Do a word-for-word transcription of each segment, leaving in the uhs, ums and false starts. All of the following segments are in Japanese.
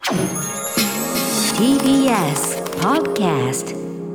ティービーエス Podcast。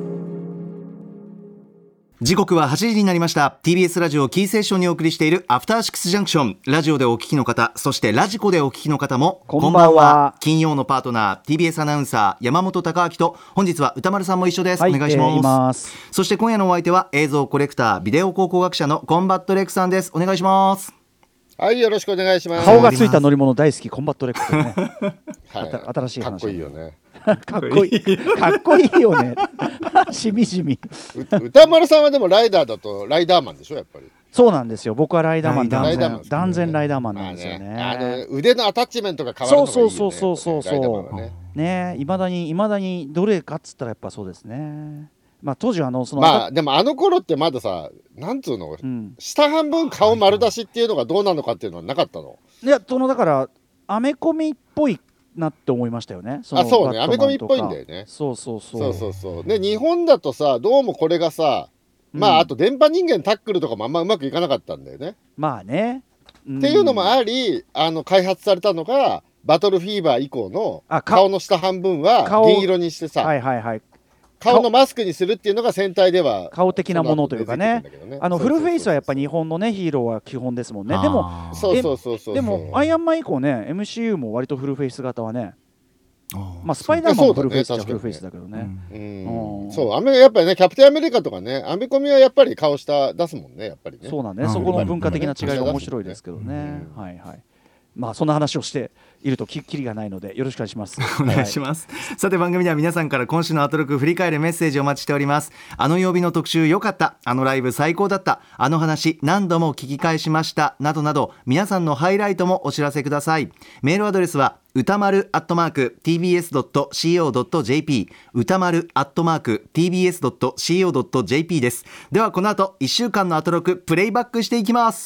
時刻ははちじになりました。 ティービーエス ラジオキーセーションにお送りしているアフターシックスジャンクション。ラジオでお聞きの方、そしてラジコでお聞きの方もこんばんは。 金曜のパートナー ティービーエス アナウンサー山本貴明と、本日は歌丸さんも一緒です、 はい、 お願いします、 えーいます。 そして今夜のお相手は映像コレクター、ビデオ考古学者のコンバットレックさんです。お願いします。 はい、よろしくお願いします。 顔がついた乗り物大好きコンバットレックスねはい、 新しい話。 かっこいいよね。 かっこいいかっこいいよねしみじみ。 歌丸さんはでもライダーだとライダーマンでしょ、やっぱり。 そうなんですよ、僕はライダーマン、 ライダーマン断然断然ライダーマンなんですよね。 まあね、あの腕のアタッチメントが変わるのがいいよね。 そうそうそうそうそうライダーマンはね。 ね、いまだにいまだにどれかっつったらやっぱそうですね。まあ当時はあのそのまあでもあの頃ってまださ、なんつうの、うん、下半分顔丸出しっていうのがどうなのかっていうのはなかったの。 いや、そのだからアメコミっぽいなって思いましたよね。 そあ、そうね、アメコミっぽいんだよね。 そうそうそうそうそうそう。で日本だとさ、どうもこれがさ、まあ、うん、あと電波人間タックルとかもあんまうまくいかなかったんだよね。 まあね、 うん、っていうのもあり、あの開発されたのがバトルフィーバー以降の顔の下半分は銀色にしてさ、 はいはいはい、 顔のマスクにするっていうのが戦隊では顔的なものというかね。あのフルフェイスはやっぱ日本のねヒーローは基本ですもんね。でもそうそうそうそう。 でもアイアンマン以降ね エムシーユー も割とフルフェイス型はね。まあスパイダーマンもフルフェイスっちゃフルフェイスだけどね。 うん、そうアメやっぱりねキャプテンアメリカとかねアメコミはやっぱり顔下出すもんね、やっぱりね。 そうなんね、そこの文化的な違いが面白いですけどね。はいはい。まあそんな話をしているとききりがないのでよろしくお願いします。 お願いします、はい、さて番組では皆さんから今週のアトロク振り返るメッセージをお待ちしております。あの曜日の特集良かった、あのライブ最高だった、あの話何度も聞き返しましたなどなど、皆さんのハイライトもお知らせください。メールアドレスは歌丸アットマーク ティービーエスドットシーオードットジェーピー 歌丸アットマーク ティービーエスドットシーオードットジェーピー です。ではこの後いっしゅうかんのアトロクプレイバックしていきます。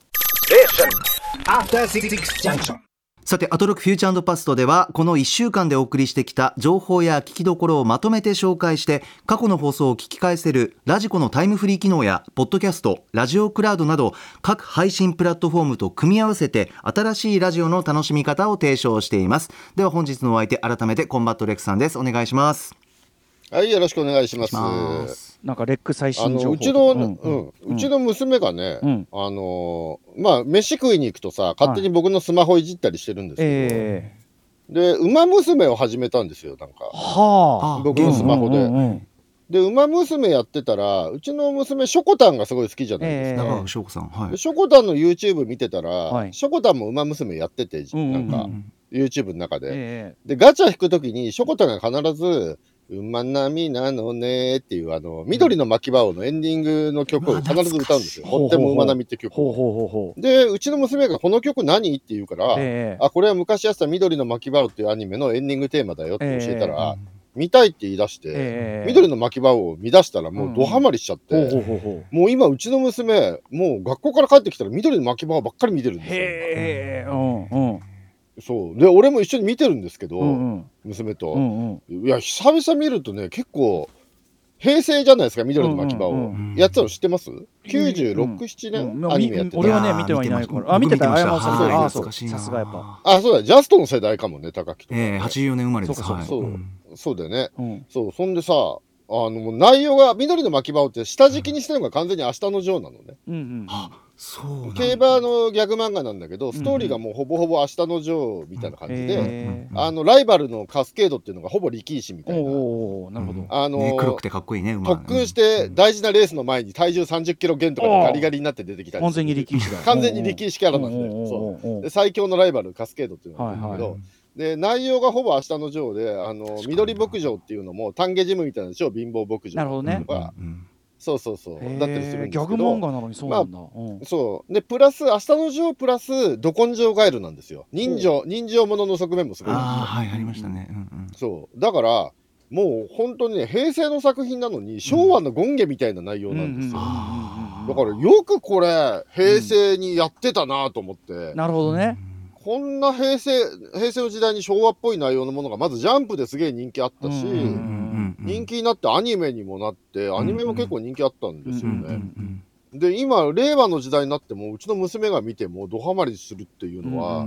さてアトロクフューチャー&パストではこのいっしゅうかんでお送りしてきた情報や聞きどころをまとめて紹介して、過去の放送を聞き返せるラジコのタイムフリー機能やポッドキャスト、ラジオクラウドなど各配信プラットフォームと組み合わせて新しいラジオの楽しみ方を提唱しています。では本日のお相手、改めてコンバットレックさんです。お願いします。 はい、よろしくお願いします。 なんかレック最新情報、 うちの、うんうんうん、うちの娘がね、うん、あのー、まあ飯食いに行くとさ、勝手に僕のスマホいじったりしてるんですけど、えー、でウマ娘を始めたんですよ、なんか、はあ、僕のスマホで、うんうんうん、でウマ娘やってたら、うちの娘ショコタンがすごい好きじゃないですか、えー、 ショコさん、はい、 でショコタンの YouTube 見てたら、はい、ショコタンもウマ娘やってて、 うんうんうん、 なんか YouTube の中で、えー、でガチャ引くときにショコタンが必ず馬並みなのねっていうあの緑の巻き場王のエンディングの曲を必ず歌うんですよ。とっても馬並みって曲を。でうちの娘がこの曲何って言うから、えー、あこれは昔やってた緑の巻き場王っていうアニメのエンディングテーマだよって教えたら、えー、見たいって言い出して、えー、緑の巻き場王を見出したらもうドハマりしちゃって、うん、もう今うちの娘もう学校から帰ってきたら緑の巻き場王ばっかり見てるんですよ。へー、うんうん、そうで俺も一緒に見てるんですけど、うんうん、娘と、うんうん、いや久々見るとね結構平成じゃないですか、緑の巻き場を、うんうん、やってたの知ってます？きゅうじゅうろく、ななねんアニメやってた。 俺はね見てはいないから。あ見てた。あ山本さん、あそうさすがやっぱ。 あそうだ、ジャストの世代かもね、高木とか、ね。 えー、はちじゅうよねん生まれです。 そうそうそう、はい、そうだよね、うん、そうそんでさ、あの内容が緑の巻き場って下敷きにしてるのが完全に明日のジョーなのね。うんうん、そう競馬のギャグ漫画なんだけど、ストーリーがもうほぼほぼ明日のジョーみたいな感じで、うん、あのライバルのカスケードっていうのがほぼ力石みたいな。おなるほど。あのーね、黒くてかっこいいね。馬特訓して大事なレースの前に体重さんじゅっキロ減とかでガリガリになって出てきたり。 完全に力石だ。 完全に力石キャラなんだよ。そうで最強のライバルカスケードっていうのがあるんだけど。はいはい、で内容がほぼ明日のジョーで、あの緑牧場っていうのも丹下ジムみたいなでしょ、貧乏牧場とか。なるほどね。そうそうそうだったりするんですけど、 ギャグ漫画なのにそうなんだ、まあうん、そうでプラス明日のジョープラスど根性ガエルなんですよ。人情人情ものの側面もすごいんですよ。 あはいありましたね、うんうん、 そうだからもう本当にね平成の作品なのに昭和の権化みたいな内容なんですよ。だからよくこれ平成にやってたなと思って、うん、 なるほどね。 こんな平成平成の時代に昭和っぽい内容のものがまずジャンプですげえ人気あったし、人気になってアニメにもなってアニメも結構人気あったんですよね。で今令和の時代になってもうちの娘が見てもドハマりするっていうのは、うんうん、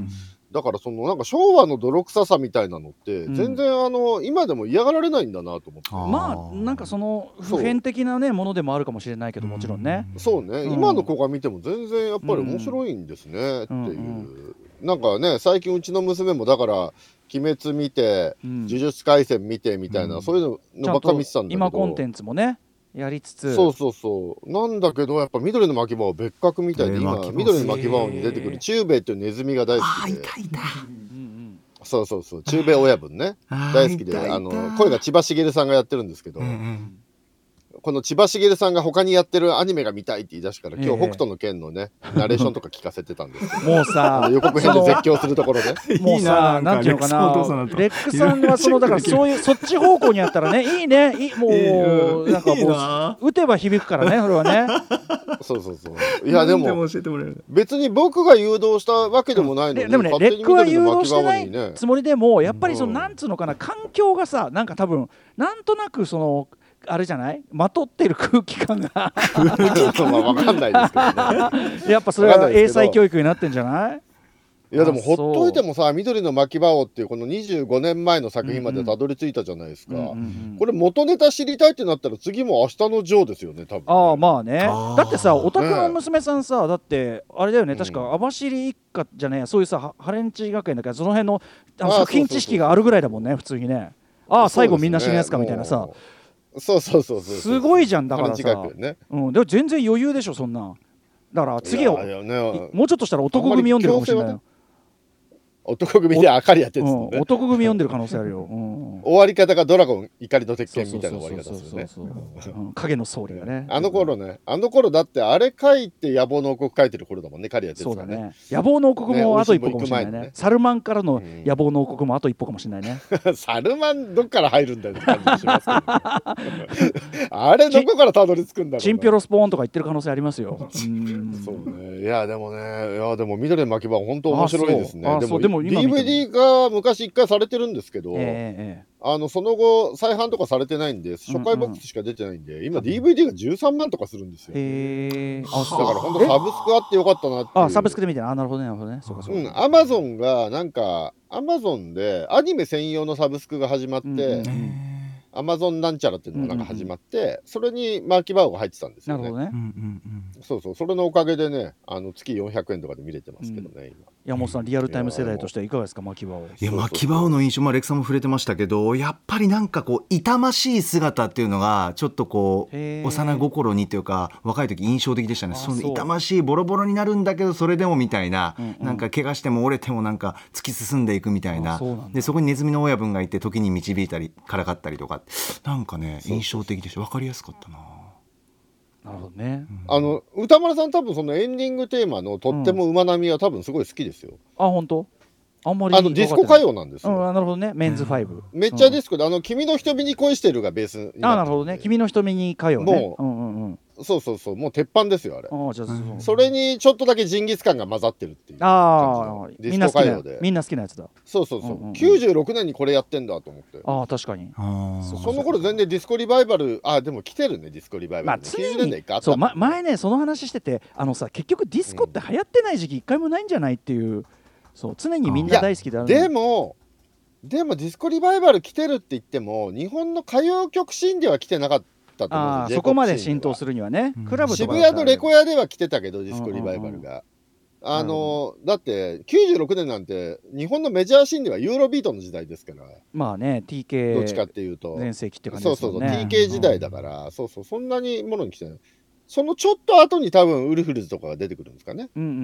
だからそのなんか昭和の泥臭さみたいなのって全然あの、うん、今でも嫌がられないんだなと思って、 まあなんかその普遍的なねものでもあるかもしれないけどもちろんね、 そうね、うん、今の子が見ても全然やっぱり面白いんですね、うん、っていう、うんうん、なんかね最近うちの娘もだから鬼滅見て、うん、呪術廻戦見てみたいな、うん、そういうのばっか見てたんだけど今コンテンツもねやりつつそうそうそうなんだけどやっぱ緑の巻き場は別格みたいで、今緑の巻き場に出てくるチュウベイっていうネズミが大好きで、 あいたいたそうそうそうチュウベイ親分ね大好きで、あの声が千葉茂さんがやってるんですけど、うんうん、この千葉茂さんが他にやってるアニメが見たいって言い出したから、今日北斗の拳のねナレーションとか聞かせてたんですけどもうさ予告編で絶叫するところねもうさなんていうのかなレックさんはそのだからそういうそっち方向にあったらねいいねいいもうなんかもう打てば響くからねそれはねそうそうそういやでも別に僕が誘導したわけでもないのに、 でもねレックは誘導してないつもりでもやっぱりそのなんつうのかな環境がさなんか多分なんとなくそのあれじゃないまとってる空気感がちょっとまあ分かんないですけどねやっぱそれは英才教育になってんじゃない？ いやでもほっといてもさ緑の巻き場をっていうこのにじゅうごねんまえの作品までたどり着いたじゃないですか、うんうん、これ元ネタ知りたいってなったら次も明日のジョーですよね多分ね。 ああまあねだってさお宅の娘さんさ、ね、だってあれだよね確か網走一家じゃねえそういうさハレンチ学園だからその辺のあの作品知識があるぐらいだもんね普通にねああ最後みんな死ぬやつかみたいなさそうそうそうそうすごいじゃんだからさ、ねうん、でも全然余裕でしょそんなだから次は、ね、もうちょっとしたら男組読んでるかもしれないよ男組で明かりやってるんですね、 うん、男組読んでる可能性あるよ、うん、 終わり方がドラゴン怒りの鉄拳みたいな終わり方ですよね影の総理がねあの頃ねあの頃だってあれ書いて野望の王国書いてる頃だもんね狩りやってるんですか ね, そうだね野望の王国もあと一歩かもしれないね、ねサルマンからの野望の王国もあと一歩かもしれないね、 うん、サルマンどっから入るんだよって感じしますけど、ね、あれどこからたどり着くんだろう、ね、 チンピョロスポーンとか言ってる可能性ありますようんそうねいやでもねいやでも緑の巻き場本当面白いですね。でもでもディーブイディー が昔一回されてるんですけど、 えー、 あのその後再販とかされてないんで初回ボックスしか出てないんで、うんうん、今 ディーブイディー がじゅうさんまんとかするんですよ、 えー、あだから本当サブスクあってよかったなっていう。 あサブスクで見てあなるほどねなるほどねそうかそうか、 うん、アマゾンがなんかアマゾンでアニメ専用のサブスクが始まって、うんうんアマゾンなんちゃらっていうのがなんか始まって、うんうんうん、それにマーキーバーが入ってたんですよね。 なるほどね。 そうそう、それのおかげでね、あの月よんひゃくえんとかで見れてますけどね、うん、今。 山本さん、リアルタイム世代としてはいかがですか、マキバオ。 いや、マキバオの印象、まあ、レクさんも触れてましたけど、やっぱりなんかこう、痛ましい姿っていうのが、ちょっとこう、幼心にというか、若い時印象的でしたね。その痛ましい、ボロボロになるんだけど、それでもみたいな、うんうん、なんか怪我しても折れてもなんか突き進んでいくみたいな。そで、そこにネズミの親分がいて、時に導いたり、からかったりとか、なんかね、印象的でした。分かりやすかったな。 なるほどね、 うん、あの歌丸さん多分そのエンディングテーマのとっても馬並みは多分すごい好きですよ、 うん、あ本当あんまりあのディスコ歌謡なんですよ、 うん、なるほどねメンズファイブ、うん、 めっちゃディスコであの君の瞳に恋してるがベースになってる。 あなるほどね君の瞳に歌謡ねもう、うんうんうんそうそうそうもう鉄板ですよあれ。 あじゃあ そ, それにちょっとだけジンギスカンが混ざってるっていうあディスコ歌謡でみんな好きなやつだ。 そうそうそう、うんうんうん、きゅうじゅうろくねんにこれやってんだと思って。 あ確かにあ そ, その頃全然ディスコリバイバルあでも来てるねディスコリバイバル、ね、まあ、 常にきゅうじゅうねんだいかあったそう、ま、前ねその話しててあのさ結局ディスコって流行ってない時期一回もないんじゃないっていう、そう常にみんな大好きである。 でもでもディスコリバイバル来てるって言っても日本の歌謡曲シーンでは来てなかったあそこまで浸透するにはね、うん、クラブとか渋谷のレコヤでは来てたけどディスコリバイバルが、うんうんうん、あのだってきゅうじゅうろくねんなんて日本のメジャーシーンではユーロビートの時代ですから。 まあね ティーケーどっちかっていうと全盛期って感じですよね。 そうそうそう ティーケー 時代だから、うん、そうそうそんなにものに来てない。そのちょっと後に多分ウルフルズとかが出てくるんですかね、 うんうんうん、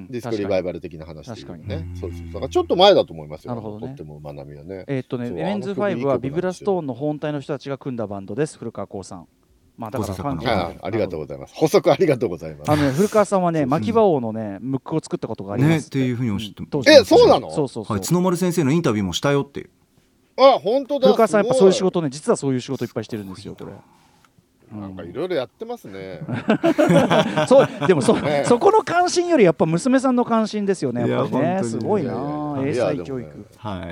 ディスコリバイバル的な話っていう確かにね。そうそうだからちょっと前だと思いますよ。 なるほどね、 とっても学びはね。 えー、っとねメンズファイブはビブラストーンの本体の人たちが組んだバンドです。古川光さん。まあだからファンあ, ありがとうございます。補足ありがとうございます。 あの、ね、古川さんはね巻き場王のねムックを作ったことがあります、ね、 っていうふうにおっしゃって、 うん、えそうなの？ そうそうそう、 はい、角丸先生のインタビューもしたよっていう。 あ本当だ。 古川さんやっぱそういう仕事ね実はそういう仕事いっぱいしてるんですよこれ。 なんかいろいろやってますね。 そうでも そ, ね、そこの関心よりやっぱ娘さんの関心ですよね。やっぱりねすごいな。 あ英才教育、 ね、 はい、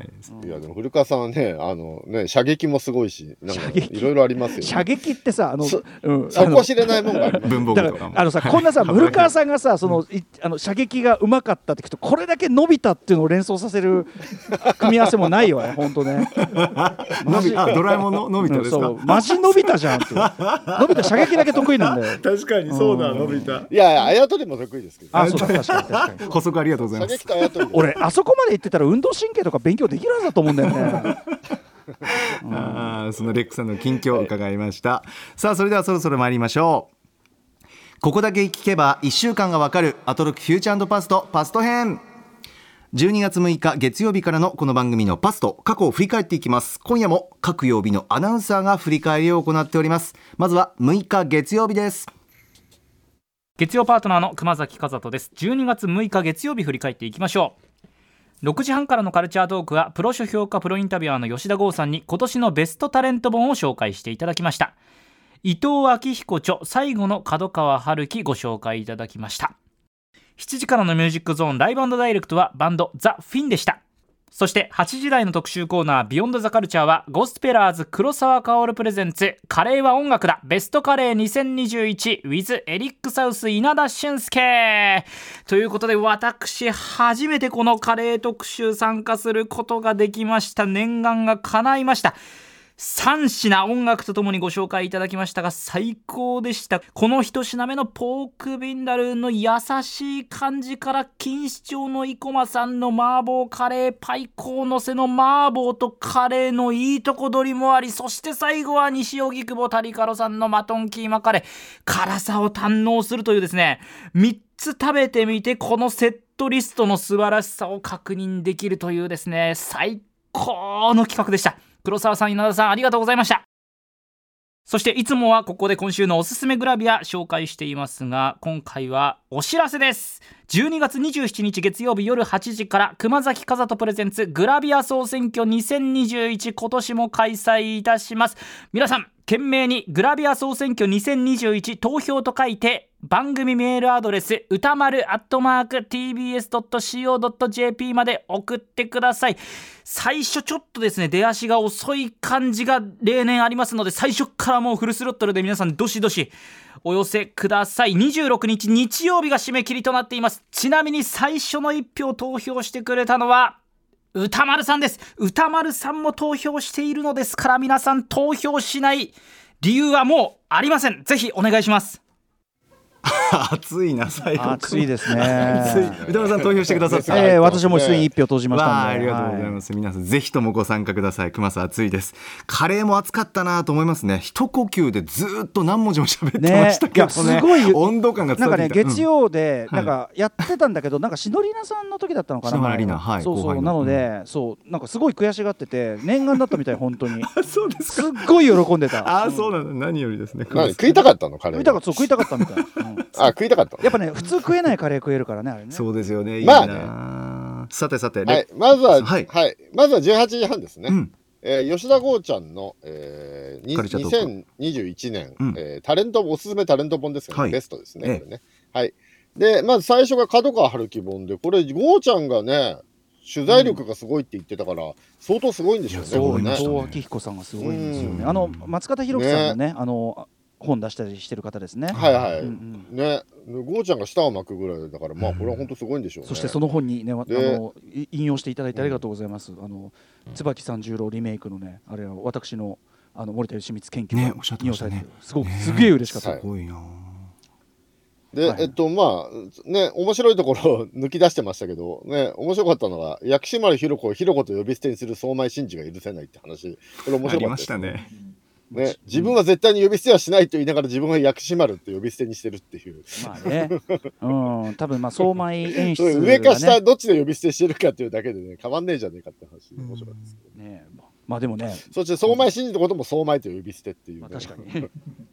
いやでも古川さんはね、あのね射撃もすごいし、なんかいろいろありますよ、ね、 射撃ってさ、あのそ、 うん、そこ知れないもんがあります。 文房具とかもあのさ、こんなさ古川さんがさ、そのいあの射撃がうまかったって聞くと、これだけ伸びたっていうのを連想させる組み合わせもないよね、本当ね。 伸びあドラえもんの伸びたですか、 うん、そうマジ伸びたじゃんって伸びた射撃だけ得意なんだよ。 確かにそうだ、うん、伸びた。 いやいや、あやとりも得意ですけど、 あそうだ、確かに確かに補足ありがとうございます。 俺あそこまで言ってたら運動神経とか勉強できるはずだと思うんだよね。 うん、あそのレックさんの近況を伺いました、はい、さあそれではそろそろ参りましょう。ここだけ聞けばいっしゅうかんがわかるアトロックフューチャー&パストパスト編。じゅうにがつむいか月曜日からのこの番組のパスト、過去を振り返っていきます。今夜も各曜日のアナウンサーが振り返りを行っております。まずはむいか月曜日です。 月曜パートナーの熊崎和人です。じゅうにがつむいか月曜日振り返っていきましょう。ろくじはんからのカルチャートークはプロ書評家プロインタビュアーの吉田剛さんに今年のベストタレント本を紹介していただきました。伊藤昭彦著最後の角川春樹ご紹介いただきました。しちじからのミュージックゾーンライブ&ダイレクトはバンドザ・フィンでした。そしてはちじ台の特集コーナービヨンドザカルチャーはゴスペラーズ黒沢薫プレゼンツカレーは音楽だベストカレーにせんにじゅういち with エリックサウス稲田俊介ということで、私初めてこのカレー特集参加することができました。念願が叶いました。さん品音楽とともにご紹介いただきましたが最高でした。この一品目のポークビンダルーの優しい感じから錦糸町の生駒さんの麻婆カレーパイコーのせの麻婆とカレーのいいとこ取りもあり、そして最後は西荻窪タリカロさんのマトンキーマカレー、辛さを堪能するというですね、みっつ食べてみてこのセットリストの素晴らしさを確認できるというですね、最高の企画でした。黒沢さん、稲田さん、ありがとうございました。そしていつもはここで今週のおすすめグラビア紹介していますが、今回はお知らせです。じゅうにがつにじゅうしちにち月曜日夜はちじから熊崎和人プレゼンツグラビア総選挙にせんにじゅういち、今年も開催いたします。皆さん懸命にグラビア総選挙にせんにじゅういち投票と書いて番組メールアドレス歌丸アットマーク ティービーエスドットシーオードットジェーピー まで送ってください。最初ちょっとですね出足が遅い感じが例年ありますので、最初からもうフルスロットルで皆さんどしどしお寄せください。にじゅうろくにち日曜日が締め切りとなっています。ちなみに最初のいっぴょう投票してくれたのは歌丸さんです。歌丸さんも投票しているのですから、皆さん投票しない理由はもうありません。ぜひお願いします。 暑いな、最後暑いですね。 歌丸さん投票してくださって、 えー、私も一緒に一票投じましたんで、 ありがとうございます、はい、皆さんぜひともご参加ください。熊さん暑いです。カレーも暑かったなと思いますね。一呼吸でずっと何文字も喋ってましたけど ね, ねすごい温度感が伝わってきた。 なんかね月曜でなんかやってたんだけど、うん、なんかしのりなさんの時だったのかな、 篠原里奈、はい、 そうそうなので、うん、そうなんかすごい悔しがってて念願だったみたい本当にそうですか。 すっごい喜んでた。 あ、そうなの、何よりですね。 何食いたかったのカレー。 食いたかった、そう食いたかったみたい、うん、 あ食いたかった。 やっぱね普通食えないカレー食えるからね、あれね。 そうですよね。いいまあね。さてさて、 はい、まずは、 はいはい、まずはじゅうはちじはんですね。うん、えー、吉田剛ちゃんの、えー、にせんにじゅういちねん、うん、えー、タレントおすすめタレント本ですよね、はい、ベストですね、これね。はい。で、まず最初が角川春樹本で、これ剛ちゃんがね取材力がすごいって言ってたから、うん、相当すごいんでしょうね。 そうね。伊藤昭彦さんがすごいんですよね。あの松方弘樹さんのね、ね、あの本出したりしてる方ですね。 はいはい。うんうん、ね、ゴーちゃんが舌を巻くぐらいだから、まあこれは本当すごいんでしょうね。 そしてその本にね、あの引用していただいてありがとうございます。うん、あの椿三十郎リメイクのね、あれは私のあの森田義満研究が引用されてる。すごくすげえ嬉しかった。 すごいな。 で、はい、えっとまあね、面白いところを抜き出してましたけどね、面白かったのが薬師丸ひろ子をひろ子と呼び捨てにする相米真治が許せないって話、これ面白かったです。ありましたね。ね、自分は絶対に呼び捨てはしないと言いながら自分は薬師丸って呼び捨てにしてるっていう。 まあね、うん、多分まあ相米演出が、ね、 上か下どっちで呼び捨てしてるかっていうだけでね、変わんねえじゃねえかって話、面白かったですけどね。 まあでもね、 そして相米真治のことも相米と呼び捨てっていう、ね、 まあ、確かに。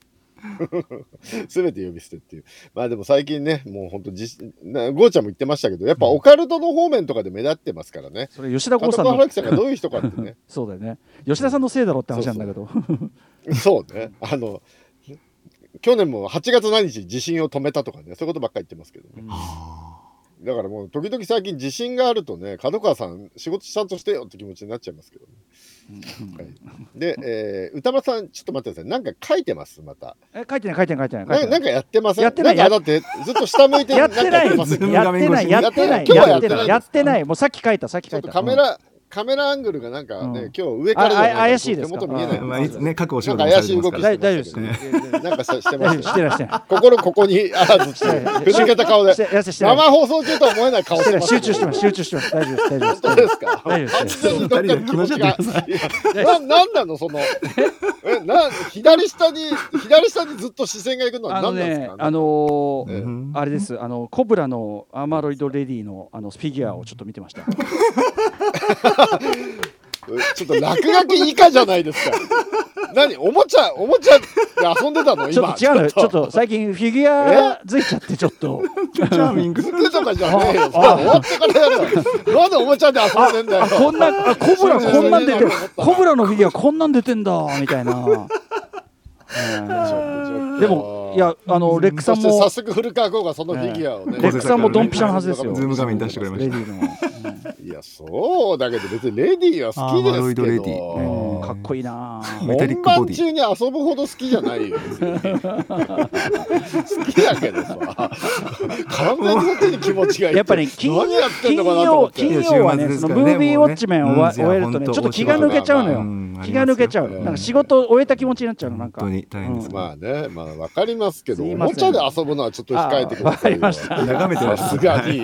すべて呼び捨てっていう。まあでも最近ね、もう本当じなゴーちゃんも言ってましたけど、やっぱオカルトの方面とかで目立ってますからね。 それ吉田剛さんの角川春樹さんがどういう人かってね。 そうだよね。吉田さんのせいだろって話なんだけど。 そうそう、そうね。あの去年もはちがつ何日地震を止めたとかね、そういうことばっかり言ってますけどね。 だからもう時々最近自信があるとね、角川さん仕事ちゃんとしてよって気持ちになっちゃいますけどね。はい、で、えー、歌丸さんちょっと待ってください。なんか書いてますまた。 え書いてない書いてない書いてないな。なんかやってません？ やってない。 なんかだってずっと下向いてやってない。やってないやってないやってないやってない。もうさっき書いたさっき書いた。 カメラカメラアングルがなんかね、うん、今日上からじゃない怪しいですか。 手元見えない。 まあね、各お仕事もされてますから。 大丈夫です。 なんかしてます。 してないしてない。 心ここにあらずしてくじけた顔で。生放送中とは思えない顔してます。 集中してます。集中してます。大丈夫です。大丈夫です。 本当ですか。 大丈夫です。 完全にどっかに気持ちが。な、なんなのその。え、な、左下に左下にずっと視線がいくのは何なんですか。 あのあれです。あのコブラのアーマロイドレディのあのフィギュアをちょっと見てました。 ちょっと落書き以下じゃないですか。何おもちゃおもちゃで遊んでたの今。 ちょっと違うのよ。ちょっと最近フィギュアづいちゃってちょっと。 チャーミングとかじゃねえよ。終わってからやる。なんでおもちゃで遊んでんだよ。 こんなコブラこんなん出てる。コブラのフィギュアこんなん出てんだみたいな。でもいやあのレックさんも早速古川剛がそのフィギュアをね。 レックさんもドンピシャのはずですよ。 ズーム画面に出してくれました。 いやそうだけど別にレディは好きですけど、 かっこいいな。 本番中に遊ぶほど好きじゃないよ。好きだけどさ、完全にそっちに気持ちがいい。 やっぱり金曜金曜金曜はね、そのムービーウォッチメンを終えるとね、ちょっと気が抜けちゃうのよ。気が抜けちゃう。なんか仕事を終えた気持ちになっちゃうのなんか。 本当に大変です。 まあね、まあわかりますけど、おもちゃで遊ぶのはちょっと控えてくださいよ。 眺めてます。 さすがに。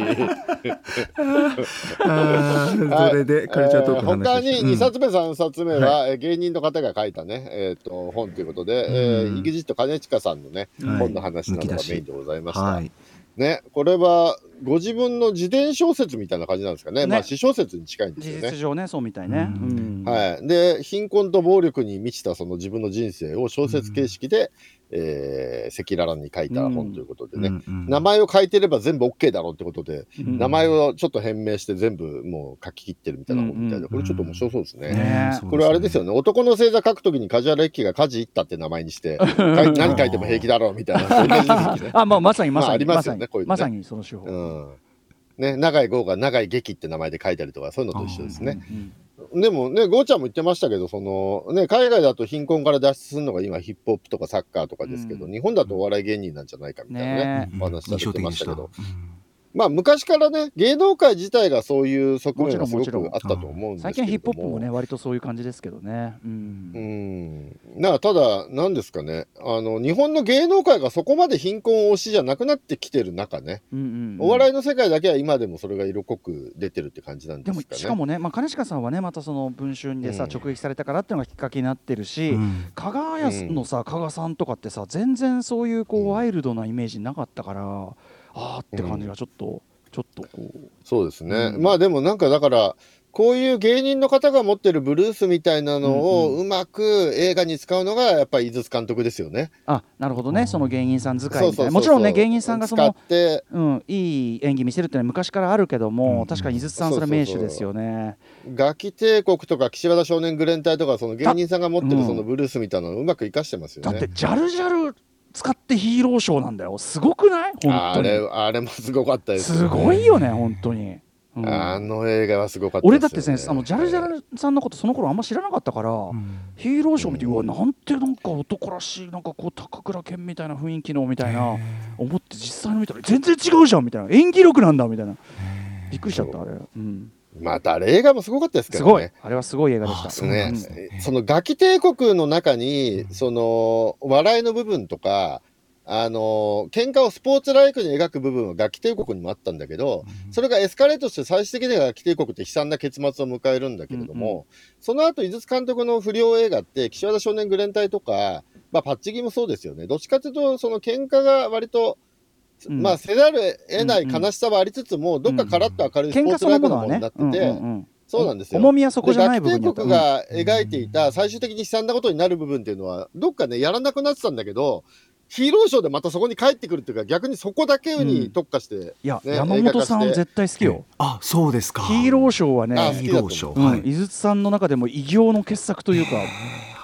それでカルチャートークの話。 他ににさつめさんさつめは芸人の方が書いたね、えっと本ということで、イグジット兼近さんのね本の話などがメインでございました。ね、これはご自分の自伝小説みたいな感じなんですかね。ね、まあ私小説に近いんですよね。 事実上ね、そうみたいね。うん、はい。で、貧困と暴力に満ちたその自分の人生を小説形式で、うん、えー、赤裸々に書いた本ということでね、うんうんうん、名前を書いてれば全部 OK だろうってことで、うん、名前をちょっと変名して全部もう書き切ってるみたいな本みたいで、これちょっと面白そうですね。うんうん、これあれですよね、男の星座書くときに梶原一騎が梶一太って名前にして何書いても平気だろうみたいな、そういう感じですね。 あ、まあ、まさにまさに、まあ、 ありますよね、こういうのね。 まさにその手法。 うんね、永井豪が永井劇って名前で書いたりとかそういうのと一緒ですね。うんうん、でもね、ゴーちゃんも言ってましたけど、そのね、海外だと貧困から脱出するのが今ヒップホップとかサッカーとかですけど、うん、日本だとお笑い芸人なんじゃないかみたいなね、ねお話されてましたけど、うん、まあ昔からね、芸能界自体がそういう側面がすごくあったと思うんですけども、 最近ヒップホップもね割とそういう感じですけどね。うん。 うん。なただなんですかね、あの日本の芸能界がそこまで貧困推しじゃなくなってきてる中ね、うんうんうん、お笑いの世界だけは今でもそれが色濃く出てるって感じなんですかね。 でもしかもね、まあ兼近さんはねまたその文春でさ、うん、直撃されたからっていうのがきっかけになってるし、うん、加賀屋のさ加賀さんとかってさ全然そういうこう、うん、ワイルドなイメージなかったから、ああって感じがちょっと。うんちょっとこうそうですね、うん、まあでもなんかだからこういう芸人の方が持ってるブルースみたいなのをうまく映画に使うのがやっぱり井筒監督ですよね。 あ、なるほどね、その芸人さん使いみたいな、もちろんね芸人さんがその使って、うん、いい演技見せるってのは昔からあるけども、うん、確かに井筒さんそれ名手ですよね。 ガキ帝国とか岸和田少年グレン隊とかその芸人さんが持ってるそのブルースみたいなのをうまく生かしてますよね。 だってジャルジャル使ってヒーローショーなんだよ。すごくない？本当にあれ、あれもすごかったです、 ね、すごいよね本当に、 うん、あの映画はすごかったですよ、ね、 俺だってね、あのジャルジャルさんのことその頃あんま知らなかったから、うん、ヒーローショー見て、うん、うわなんてなんか男らしいなんかこう高倉健みたいな雰囲気のみたいな思って実際に見たら全然違うじゃんみたいな、演技力なんだみたいな、びっくりしちゃったあれ。うん、 またあれ映画もすごかったですけどね。 すごい、あれはすごい映画でした。 そ, ね、うん、そのガキ帝国の中に、うん、その笑いの部分とかあの喧嘩をスポーツライクに描く部分はガキ帝国にもあったんだけど、うん、それがエスカレートして最終的にはガキ帝国って悲惨な結末を迎えるんだけれども、うんうん、その後井筒監督の不良映画って岸和田少年グレン隊とか、まあ、パッチギもそうですよね。どっちかというとその喧嘩が割と、うん、まあせざるを得ない悲しさはありつつも、うんうん、どっかカラッと明るいスポーツライクのものになってて、そうなんですよ。 重みはそこじゃない部分でガキ帝国が描いていた最終的に悲惨なことになる部分っていうのはどっかねやらなくなってたんだけど、ヒーローショーでまたそこに帰ってくるっていうか、逆にそこだけに特化して、うん、 いや山本さん絶対好きよ。 あ、そうですか。 ヒーローショーはね、 ヒーローショー、 うん、井筒さんの中でも偉業の傑作というか、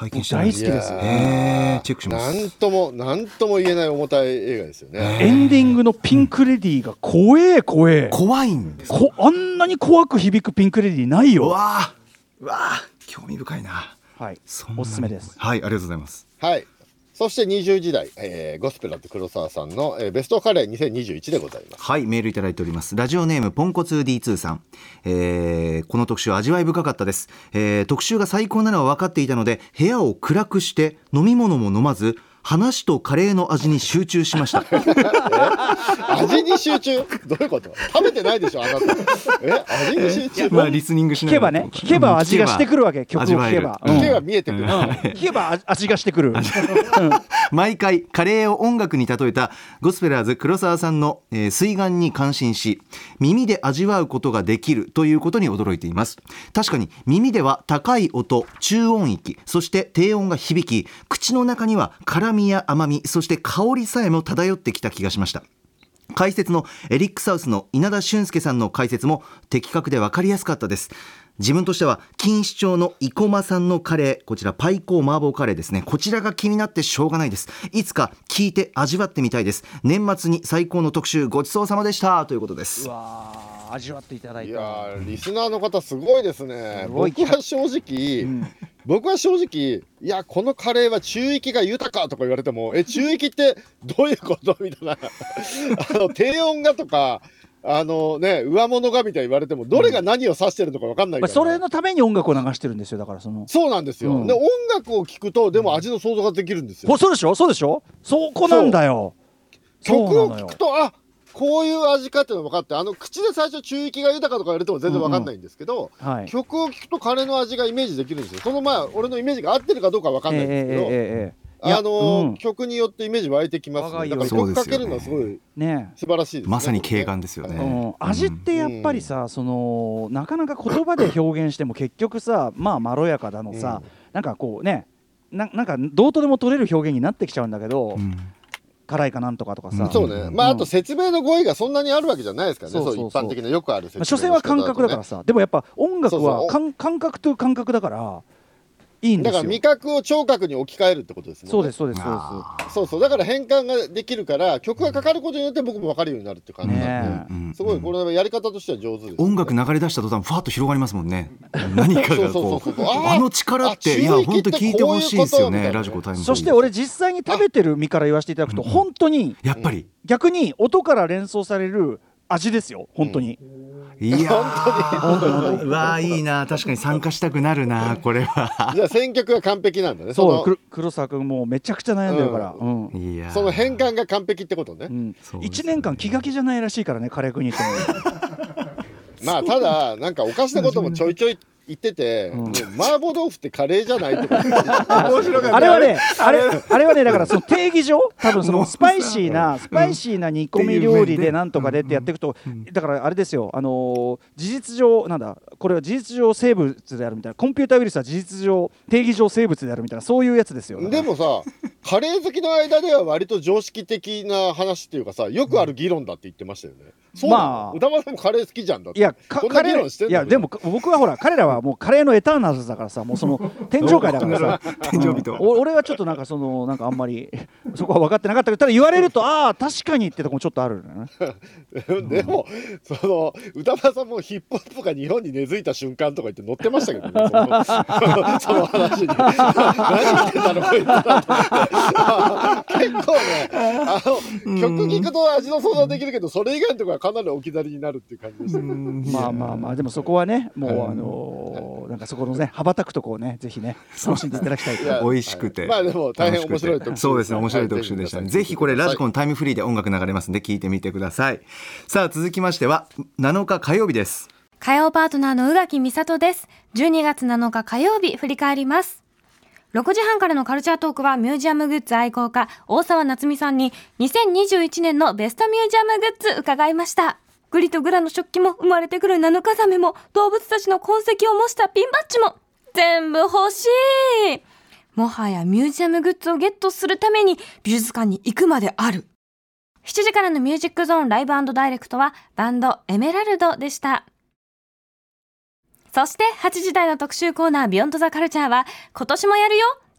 拝見してない大好きですよ、 えー、チェックします。 なんともなんとも言えない重たい映画ですよね。 エンディングのピンクレディーが怖え怖え、 怖いんですか。 こあんなに怖く響くピンクレディーないよ。 うわーうわー興味深いな。 はい、 そんなにおすすめです。 はい、ありがとうございます。 はい。そしてにじゅうじだい、えー、ゴスペラーズ黒沢さんの、えー、ベストカレーにせんにじゅういちでございます。 はい、メールいただいております。ラジオネームポンコツ ディーツー さん、えー、この特集味わい深かったです、えー、特集が最高なのは分かっていたので部屋を暗くして飲み物も飲まず話とカレーの味に集中しました味に集中どういうこと。食べてないでしょあなた。え味に集中、 まあリスニングしな聞けばね聞けば味がしてくるわけ、曲を聞けば、 うん、 聞けば見えてくる、うん、 聞けば味がしてくる毎回カレーを音楽に例えたゴスペラーズ黒沢さんの、えー、水眼に感心し耳で味わうことができるということに驚いています。確かに耳では高い音、中音域、そして低音が響き、口の中には辛みや甘み、そして香りさえも漂ってきた気がしました。解説のエリックサウスの稲田俊介さんの解説も的確で分かりやすかったです。自分としては錦糸町の生駒さんのカレー、こちらパイコー麻婆カレーですね、こちらが気になってしょうがないです。いつか聞いて味わってみたいです。年末に最高の特集ごちそうさまでしたということです。 うわ味わっていただいた。 いやリスナーの方すごいですね。僕は正直、うん、僕は正直いやこのカレーは中域が豊かとか言われてもえ中域ってどういうことみたいなあの低音がとかあのね上物がみたいに言われてもどれが何を指してるのか分かんないから、 うん、それのために音楽を流してるんですよ。だからそのそうなんですよ、うん、で音楽を聴くとでも味の想像ができるんですよ、 うん、そうでしょそうでしょそこなんだよ。 曲を聴くとあこういう味かっていうのが分かって、あの口で最初中域が豊かとか言われても全然分かんないんですけど、うんうんはい、曲を聴くとカレーの味がイメージできるんですよ。そのまあ俺のイメージが合ってるかどうかは分かんないんですけど、えーえーえーあのーうん、曲によってイメージ湧いてきますね。だから曲かけるのはすごい素晴らしいですね。 まさに軽眼ですよね、 うん、味ってやっぱりさ、うん、そのなかなか言葉で表現しても結局さまあまろやかだのさ、うん、なんかこうね な, なんかどうとでも取れる表現になってきちゃうんだけど、うん辛いかなんとかとかさ、 うん、そうね、まああと説明の語彙がそんなにあるわけじゃないですからね、そうそうそうそう一般的なよくある説明の仕方だとね、 所詮は感覚だからさ、でもやっぱ音楽は感覚と感覚だからいいんですよ。 だから味覚を聴覚に置き換えるってことですもんね。 そうですそうですそうですそうそうだから変換ができるから曲がかかることによって僕も分かるようになるって感じなんで、ね、すごいこれはやり方としては上手です、ね、 音楽流れ出した途端ファーッと広がりますもんね何かがこうあの力っていや本当聞いてほしいですよね。ラジコタイム。 そして俺実際に食べてる身から言わせていただくと本当にやっぱり逆に音から連想される味ですよ本当に、 うん、いやーうわーいいな、確かに参加したくなるなこれは。 じゃあ選曲が完璧なんだね。 そう、黒沢君もうめちゃくちゃ悩んでるから、うんうん、 いやその変換が完璧ってことね、うん、 いちねんかん気が気じゃないらしいからねカレー君に言ってもまあただなんかおかしなこともちょいちょい言ってて、うん、もう麻婆豆腐ってカレーじゃないってことあれはねあれあれはねだからその定義上多分そのスパイシーなスパイシーな煮込み料理でなんとかでってやっていくとだからあれですよあのー、事実上なんだこれは事実上生物であるみたいなコンピュータウイルスは事実上定義上生物であるみたいなそういうやつですよ。 でもさカレー好きの間では割と常識的な話っていうかさよくある議論だって言ってましたよね。そうなの、まあ、歌丸さんもカレー好きじゃんだって。 いやこんな議論してんの。いやでも僕はほら彼らはもうカレーのエターナルズだからさもうその天上界だからさ天上人、 俺はちょっとなんかそのなんかあんまりそこは分かってなかったけどただ言われるとああ確かにってとこもちょっとあるねでもその歌丸さんもヒップホップが日本に根付いた瞬間とか言って載ってましたけどねそのその話に何言ってたのこいつら結構ねあの曲聴くと味の想像できるけどそれ以外のところはかなり置き去りになるっていう感じでした。 まあまあまあでもそこはねもうあのー、なんかそこのね羽ばたくとこをねぜひね楽しんでいただきたいと。 美味しくて、 はい、まあでも大変面白い特集。 そうですね面白い特集でしたね、はい、ぜひこれラジコのタイムフリーで音楽流れますんで聞いてみてください。さあ続きましてはなのか火曜日です。 火曜パートナーの宇垣美里です。じゅうにがつなのか火曜日振り返ります。ろくじはんからのカルチャートークはミュージアムグッズ愛好家大沢夏美さんににせんにじゅういちねんのベストミュージアムグッズ伺いました。グリとグラの食器も生まれてくるナノカザメも動物たちの痕跡を模したピンバッジも全部欲しい。もはやミュージアムグッズをゲットするために美術館に行くまである。しちじからのミュージックゾーンライブ&ダイレクトはバンドエメラルドでした。そしてはちじ台の特集コーナービヨンドザカルチャーは今年もやるよ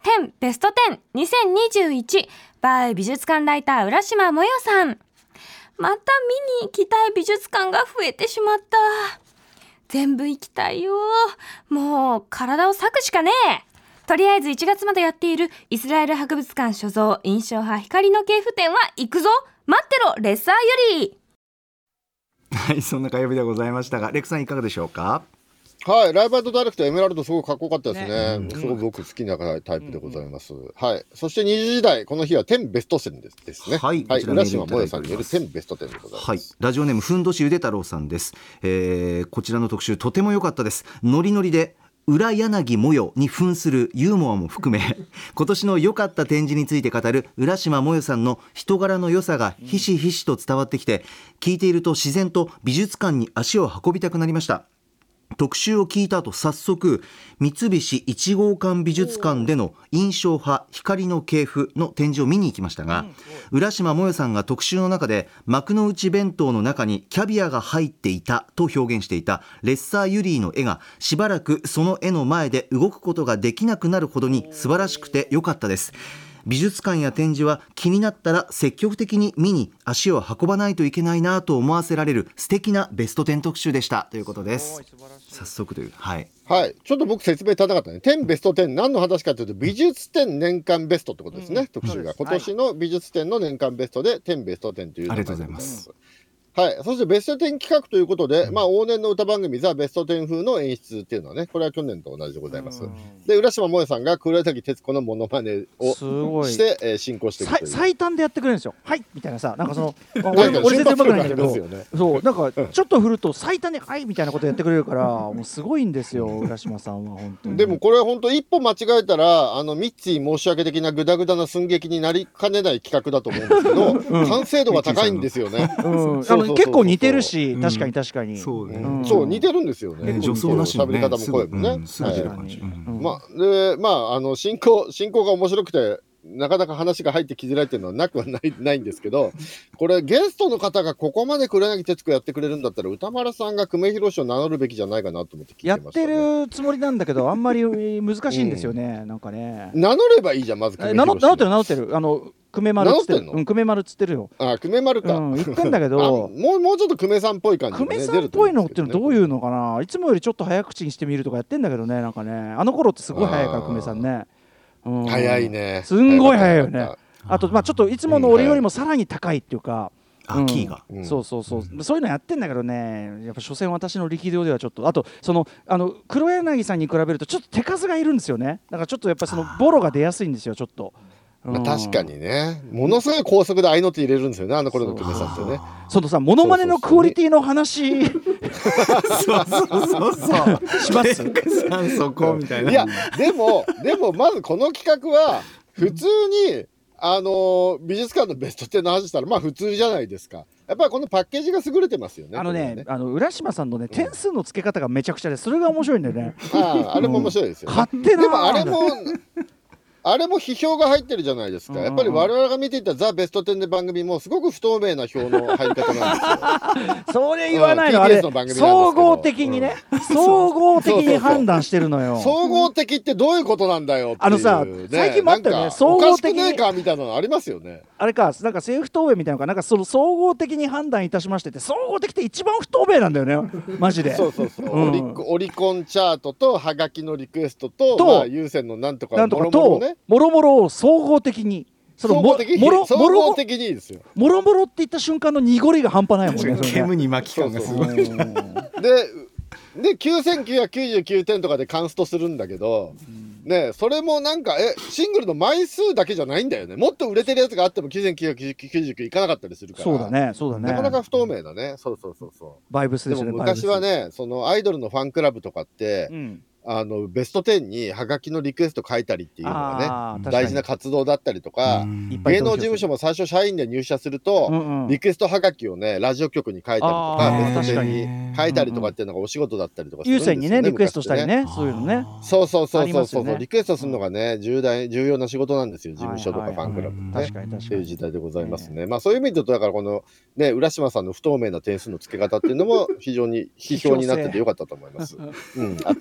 テンベストテンにせんにじゅういち by 美術館ライター浦島もよさん。また見に行きたい美術館が増えてしまった。全部行きたいよ。もう体を割くしかねえ。とりあえずいちがつまでやっているイスラエル博物館所蔵印象派光の系譜展は行くぞ。待ってろレッサーより。 はい、そんな火曜日でございましたが、レクさんいかがでしょうか。 はい、ライブアットダイレクトエメラルドすごくかっこよかったですね。 ね、 すごく僕好きなタイプでございます。うんうん、はい。そしてにじ時台、この日はテンベストテンですですね。 はい。 はい、浦島もよさんによるテンベストテンでございます。はい。 ラジオネームふんどしゆで太郎さんです。えー、こちらの特集とても良かったです。ノリノリで裏柳模様に扮するユーモアも含め今年の良かった展示について語る浦島もよさんの人柄の良さがひしひしと伝わってきて、聞いていると自然と美術館に足を運びたくなりました。特集を聞いた後、早速三菱一号館美術館での印象派光の系譜の展示を見に行きましたが、浦島もよさんが特集の中で幕の内弁当の中にキャビアが入っていたと表現していたレッサーユリーの絵がしばらくその絵の前で動くことができなくなるほどに素晴らしくて良かったです。美術館や展示は気になったら積極的に見に足を運ばないといけないなと思わせられる素敵なベストテン特集でしたということです。早速という、はい、 はい、ちょっと僕説明足らなかったね。テンベストテン何の話かというと美術展年間ベストってことですね、うん、特集が今年の美術展の年間ベストでテンベストテンという名前でございます。はい、そしてベストテン企画ということで、うん、まあ往年の歌番組ザ・ベストテン風の演出っていうのはね、これは去年と同じでございます。で、浦島もよさんが黒柳徹子のモノマネをして、えー、進行していくという最短でやってくれるんですよ。はいみたいなさ、なんかその俺, 俺全然うまくないんだけど、ね、そうなんかちょっと振ると最短ではいみたいなことやってくれるからもうすごいんですよ浦島さんは本当に。 でもこれは本当一歩間違えたらあのミッツィ申し訳的なグダグダな寸劇になりかねない企画だと思うんですけど、うん、完成度が高いんですよね。 結構似てるし、確かに確かに、 そうね、そう似てるんですよね。 女装なしのね、 喋り方も声もね。 はいまあでまああの進行進行が面白くてなかなか話が入ってきづらいっていうのはなくはないないんですけど、これゲストの方がここまで黒柳徹子やってくれるんだったら歌丸さんが久米宏を名乗るべきじゃないかなと思って聞いてましたね。 やってるつもりなんだけどあんまり難しいんですよね、うん、なんかね。 名乗ればいいじゃんまず久米宏。名乗ってる名乗ってるあの久米丸っつってる。うん、久米丸っつってるよ。 あ、久米丸か。 うん、言ってんだけど、 もうもうちょっと久米さんっぽい感じで、ね。久米さんっぽいのってのどういうのかな。いつもよりちょっと早口にしてみるとかやってんだけどね、なんかね。あの頃ってすごい早いから久米さんね。 うん、早いね。 すんごい早いよね。あとまあちょっといつもの俺よりもさらに高いっていうか。 うん、キーが、 うん、そうそうそう、うん、そういうのやってんだけどね、やっぱ所詮私の力量ではちょっと、あとそのあの黒柳さんに比べるとちょっと手数がいるんですよね。だからちょっとやっぱそのボロが出やすいんですよちょっと。 まあ、確かにね、ものすごい高速で合いの手入れるんですよね、あの頃の久米さんってね。 そのさ、モノマネのクオリティの話そうそうそうそうします。 そこみたいな。 いやでもでもまずこの企画は普通にあのー、美術館のベストテンの話したらまあ普通じゃないですか。やっぱりこのパッケージが優れてますよね。 あのね、ねあの浦島さんのね点数の付け方がめちゃくちゃで、それが面白いんだよね。 ああ、あれも面白いですよ、ね。 勝手な。 でもあれもあれも批評が入ってるじゃないですか。やっぱり我々が見ていたザ・ベストテンで番組もすごく不透明な票の入り方なんですよ。 それ言わないの、うん、あれ総合的にね、うん、総合的に判断してるのよ。 総合的ってどういうことなんだよっていう、ね、 あのさ最近もあったよね、総合的におかしくねえかみたいなのありますよね。 あれか、なんか政府不透明みたいなのか、なんかその総合的に判断いたしましてって、総合的って一番不透明なんだよねマジで。 そうそうそう、うん、オ, リオリコンチャートとハガキのリクエストと、とまあ、有線のなんとかなんとかともろもろを総合的に、その総合的に、 もろ総合的にいいですよ。 もろもろって言った瞬間の濁りが半端ないもんね。 煙に巻き感がすごい。 でできゅうせんきゅうひゃくきゅうじゅうきゅうてんとかでカンストするんだけど、うん、ね、それもなんかえシングルの枚数だけじゃないんだよね。もっと売れてるやつがあってもきゅうせんきゅうひゃくきゅうじゅうきゅういかなかったりするから。 そうだね、そうだね。 なかなか不透明だね。そうそうそうそう。 バイブスですね。 でも昔はね、そのアイドルのファンクラブとかって、うん、あのベストテンにハガキのリクエスト書いたりっていうのがね大事な活動だったりとか、芸能事務所も最初社員で入社すると、うんうん、リクエストハガキをねラジオ局に書いたりとかベストテンに書いたりとかっていうのがお仕事だったりとかするんですよね。 優先にねリクエストしたりね、そういうのね。 そうそうそうそうそう、ね、リクエストするのがね重大重要な仕事なんですよ、事務所とかファンクラブね、確かに確かにっていう時代でございますね。まあそういう意味でとだからこのね浦島さんの不透明な点数の付け方っていうのも非常に批評になっててよかったと思います。うん、あってよかったんじゃない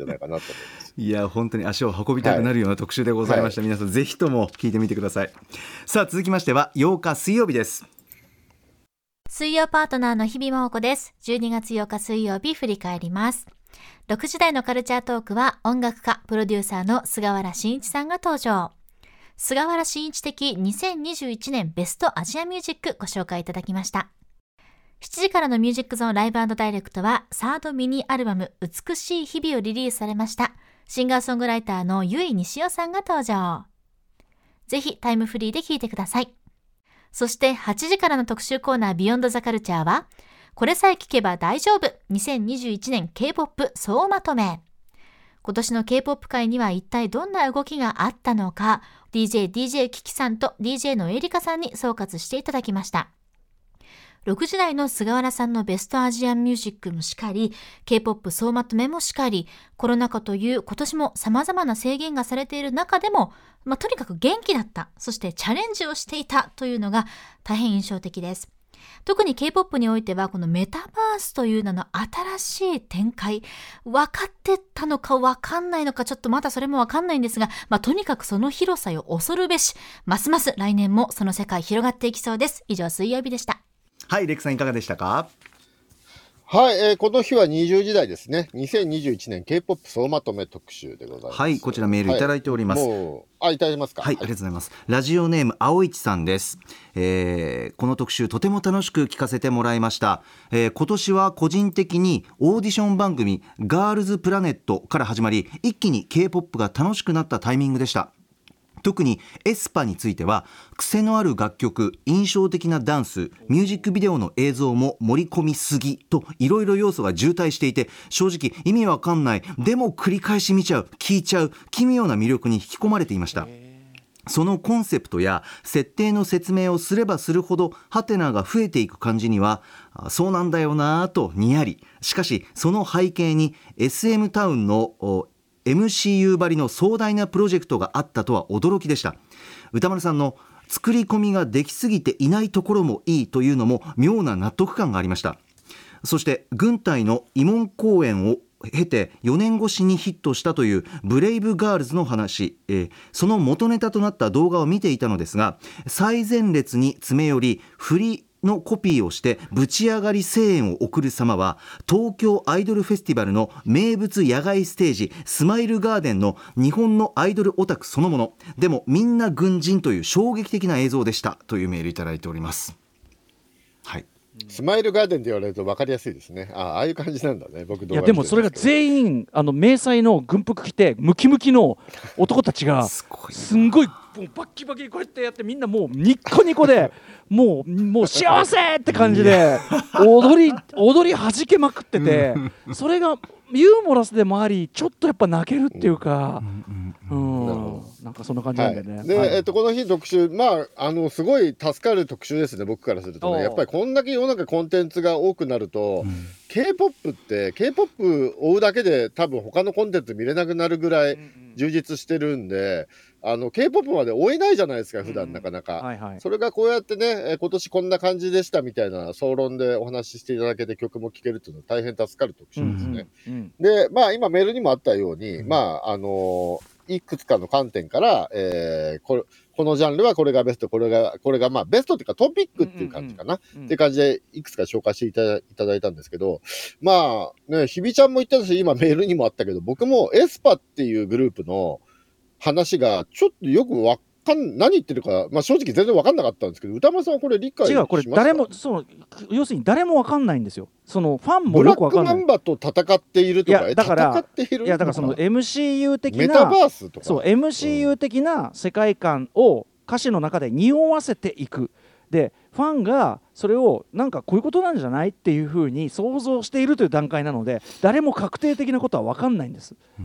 ないかなと思います。 いや本当に足を運びたくなるような特集でございました、はい、皆さんぜひとも聞いてみてください。さあ続きましてはようか水曜日です。 水曜パートナーの日々真央子です。じゅうにがつようか水曜日振り返ります。ろくじ台のカルチャートークは音楽家プロデューサーの菅原慎一さんが登場。菅原慎一的にせんにじゅういちねんベストアジアミュージックご紹介いただきました。しちじからのミュージックゾーンライブ&ダイレクトはサードミニアルバム美しい日々をリリースされましたシンガーソングライターの由井西尾さんが登場。ぜひタイムフリーで聴いてください。そしてはちじからの特集コーナービヨンドザカルチャーはこれさえ聞けば大丈夫にせんにじゅういちねん K-ポップ 総まとめ。今年の K-ポップ 界には一体どんな動きがあったのか ディージェー ディージェー キキさんと ディージェー のエリカさんに総括していただきました。ろくじ台の菅原さんのベストアジアンミュージックもしかり K-ポップ 総まとめもしかり、コロナ禍という今年も様々な制限がされている中でも、まあ、とにかく元気だった、そしてチャレンジをしていたというのが大変印象的です。特に K-ポップ においてはこのメタバースという名の新しい展開、分かってたのか分かんないのかちょっとまだそれも分かんないんですが、まあ、とにかくその広さを恐るべし、ますます来年もその世界広がっていきそうです。以上水曜日でした。 はい、レックさんいかがでしたか？ はい、えー、この日はにじゅうじ台ですね。にせんにじゅういちねん K-ポップ 総まとめ特集でございます。 はい、こちらメールいただいております。 はい、もうあいただきますか。 はい、はい、ありがとうございます。ラジオネーム青市さんです。えー、この特集とても楽しく聞かせてもらいました。えー、今年は個人的にオーディション番組ガールズプラネットから始まり、一気に K-ポップ が楽しくなったタイミングでした。特にエスパについては癖のある楽曲、印象的なダンス、ミュージックビデオの映像も盛り込みすぎといろいろ要素が渋滞していて、正直意味わかんない、でも繰り返し見ちゃう、聞いちゃう奇妙な魅力に引き込まれていました。そのコンセプトや設定の説明をすればするほどハテナが増えていく感じには、そうなんだよなぁとにやり、しかしその背景に エスエム タウンのエムシーユー ばりの壮大なプロジェクトがあったとは驚きでした。歌丸さんの作り込みができすぎていないところもいいというのも妙な納得感がありました。そして軍隊の慰問公演を経てよねんごしにヒットしたというブレイブガールズの話、えー、その元ネタとなった動画を見ていたのですが、最前列に詰め寄り振りのコピーをしてぶち上がり声援を送る様は、東京アイドルフェスティバルの名物野外ステージスマイルガーデンの日本のアイドルオタクそのもの、でもみんな軍人という衝撃的な映像でしたというメールいただいております。はい、 スマイルガーデンって言われると分かりやすいですね。ああ、ああいう感じなんだね。僕動画見てるんですけど。 いやでもそれが全員あの迷彩の軍服着てムキムキの男たちがすんごいもうバッキバキにこうやってやって、みんなもうニッコニコでもうもう幸せって感じで踊り踊り弾けまくってて、それがユーモラスでもあり、ちょっとやっぱ泣けるっていうか、うん、なんかそんな感じなんでね。 はい、で、はい、えっと、この日特集、まあ、あのすごい助かる特集ですね、僕からするとね。やっぱりこんだけ世の中コンテンツが多くなると、うん、K-ポップ って K-ポップ 追うだけで多分他のコンテンツ見れなくなるぐらい充実してるんで、あの K-ポップ まで追えないじゃないですか普段なかなか、うん、はいはい、それがこうやってね、今年こんな感じでしたみたいな総論でお話ししていただけて曲も聴けるっていうのは大変助かる特集ですね。うんうんうん、で、まあ今メールにもあったように、うん、まああのー、いくつかの観点から、えー、これこのジャンルはこれがベスト、これがこれがまあベストっていうかトピックっていう感じかな、うんうんうん、っていう感じでいくつか紹介していただいただいたんですけど、まあね、ひびちゃんも言ったし今メールにもあったけど、僕もエスパっていうグループの話がちょっとよくわかん何言ってるか、まあ、正直全然分かんなかったんですけど、歌丸さんはこれ理解しますか？ 違う、これ誰もその要するに誰も分かんないんですよ。そのファンもよく分かんない。 ブラックマンバと戦っているとか、 いやだから戦っているいやだからその エムシーユー 的なメタバースとか、 そう エムシーユー 的な世界観を歌詞の中で匂わせていく。でファンがそれをなんかこういうことなんじゃないっていうふうに想像しているという段階なので、誰も確定的なことは分かんないんです。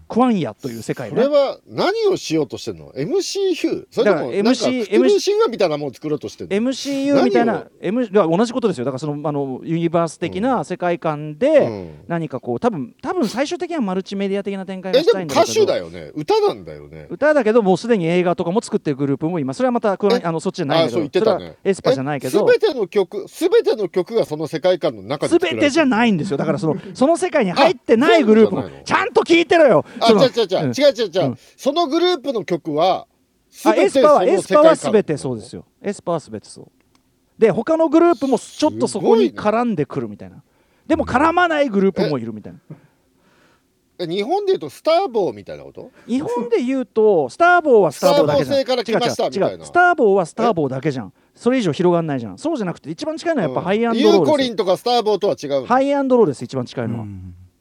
クワンヤという世界ね。 これは何をしようとしてんの？ エムシーユー？ それともなんかクトゥルー神話みたいなものを作ろうとしてんの？ エムシーユー みたいな、M、同じことですよ。だからそのあのユニバース的な世界観で何かこう多分多分最終的にはマルチメディア的な展開がしたいんだけど。 えでも歌手だよね、歌なんだよね。 歌だけどもうすでに映画とかも作ってるグループもいます。それはまたあのそっちじゃないけど、 そう言ってたね、 それはエスパじゃないけど、 すべての曲すべての曲がその世界観の中で作られてる。 すべてじゃないんですよ。だからそのその世界に入ってないグループもちゃんと聞いてろよ。 あ、違う違う違う、うん、違う違う違う、うん、そのグループの曲はあエスパはエスパはすべてそうですよ。エスパはすべてそうで、他のグループもちょっとそこに絡んでくるみたいな、ね、でも絡まないグループもいるみたいな。 え日本でいうとスターボーみたいなこと？ 日本でいうとスターボーはスターボーだけじゃん。 スターボー星から来ましたみたいな。 違う違う、スターボーはスターボーだけじゃん。それ以上広がんないじゃん。そうじゃなくて一番近いのはやっぱハイアンドローですよ、 うん、ユーコリンとかスターボーとは違う。 ハイアンドローです、一番近いのは。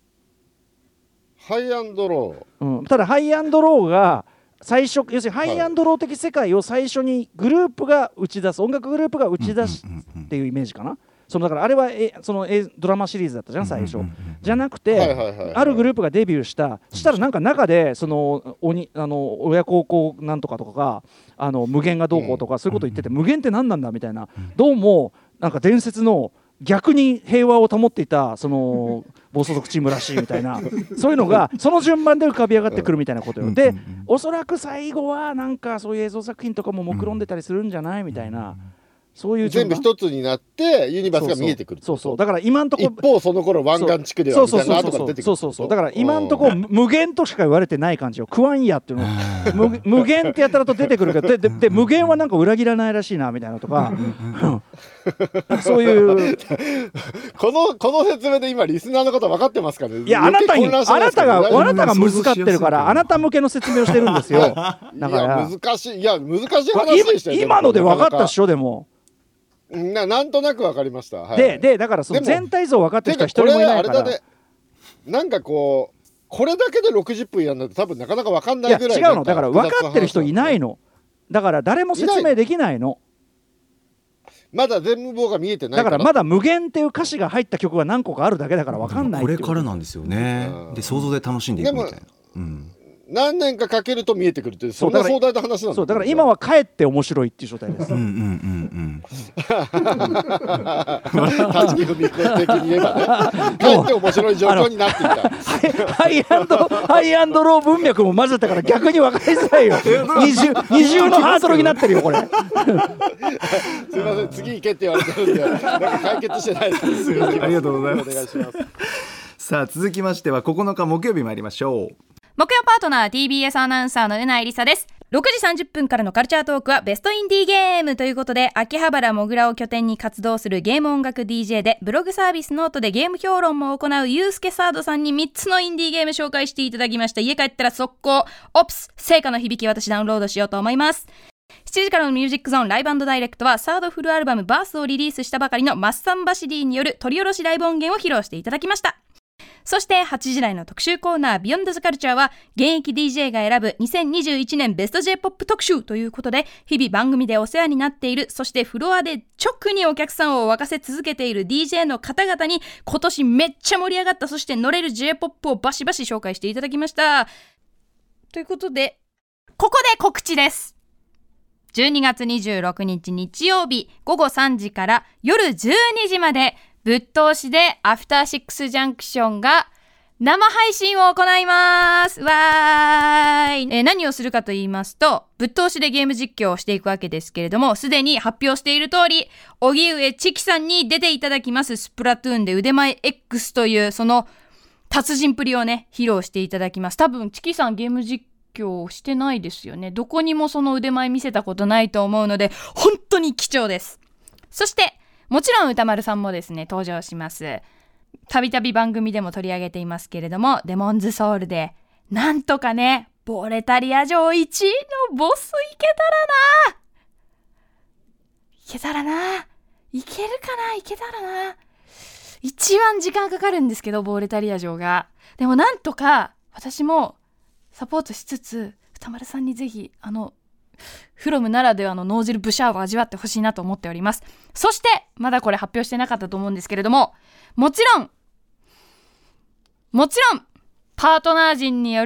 ハイアンドロー、うん、ただハイアンドローが最初、要するにハイアンドロー的世界を最初にグループが打ち出す、音楽グループが打ち出すっていうイメージかな。そのだからあれはえそのえドラマシリーズだったじゃん最初、じゃなくて、あるグループがデビューしたしたらなんか中でその鬼あの親孝行なんとかとかがあの無限がどうこうとかそういうこと言ってて、無限って何なんだみたいな、どうもなんか伝説の逆に平和を保っていたその暴走族チームらしいみたいなそういうのがその順番で浮かび上がってくるみたいなことよ。でおそらく最後はなんかそういう映像作品とかも目論んでたりするんじゃないみたいな、そういう全部一つになってユニバースが見えてくる。 そうそうだから今んとこ一方その頃湾岸地区ではみたいな後から出てくる。 そうそうそうだから今んとこ無限としか言われてない感じよ。クワンヤっていうの無, 無限ってやったらと出てくるけどで で, で無限はなんか裏切らないらしいなみたいなとかそういうこのこの説明で今リスナーの方分かってますかね。 いやあなたにあなたがあなたが難かってるからあなた向けの説明をしてるんですよ。だから難しいいや難しい話でしたよ。 今ので分かったっしょ。でもな, なんとなく分かりました、はい、 で, でだからその全体像分かってる人は一人もいないから。 これあれだね、なんかこうこれだけでろくじゅっぷんやんないと多分なかなか分かんないぐらい。 いや違うのだから分かってる人いないの。だから誰も説明できないの。 まだ全部が見えてないから。 だからまだ無限っていう歌詞が入った曲が何個かあるだけだから分かんない。 これからなんですよね。で想像で楽しんでいくみたいな。うん、 何年かかけると見えてくるってそんな壮大な話なんだ。 そうだから今は帰って面白いっていう状態です。 うんうんうんうん立木文子的に言えばね帰って面白い状況になっていた。 ハイアンドハイアンドロー文脈も混ぜたから逆に分かりづらいよ。二重二重のハードルになってるよこれ。 すいません次行けって言われてるんでなんか解決してないです。 ありがとうございます。 お願いします。 さあ続きましてはここのか木曜日参りましょう。 木曜パートナー ティービーエス アナウンサーのうないりさです。ろくじさんじゅっぷんからのカルチャートークはベストインディーゲームということで、秋葉原もぐらを拠点に活動するゲーム音楽 ディージェー でブログサービスノートでゲーム評論も行うユースケサードさんにみっつのインディーゲーム紹介していただきました。家帰ったら速攻オプス聖火の響き私ダウンロードしようと思います。しちじからのミュージックゾーンライブ&ダイレクトはサードフルアルバムバースをリリースしたばかりのマッサンバシディによる取り下ろしライブ音源を披露していただきました。そしてはちじ台の特集コーナービヨンドザカルチャーは現役 ディージェー が選ぶにせんにじゅういちねんベスト J-ポップ 特集ということで、日々番組でお世話になっている、そしてフロアで直にお客さんを沸かせ続けている ディージェー の方々に今年めっちゃ盛り上がった、そして乗れる J-ポップ をバシバシ紹介していただきました。ということでここで告知です。じゅうにがつにじゅうろくにち日曜日ごごさんじから夜じゅうにじまでぶっ通しでアフターシックスジャンクションが生配信を行います。わーい、えー、何をするかと言いますと、ぶっ通しでゲーム実況をしていくわけですけれども、すでに発表している通り荻上チキさんに出ていただきますスプラトゥーンで腕前 X というその達人っぷりをね披露していただきます。多分チキさんゲーム実況してないですよね。どこにもその腕前見せたことないと思うので本当に貴重です。そしてもちろん歌丸さんもですね登場します。たびたび番組でも取り上げていますけれども、デモンズソウルでなんとかねボレタリア城いちいのボスいけたらないけたらないけるかないけたらな一番時間かかるんですけど、ボレタリア城がでもなんとか私もサポートしつつ歌丸さんにぜひあのフロムならではの脳汁ブシャーを味わってほしいなと思っております。そしてまだこれ発表してなかったと思うんですけれども、もちろんもちろんパートナー陣による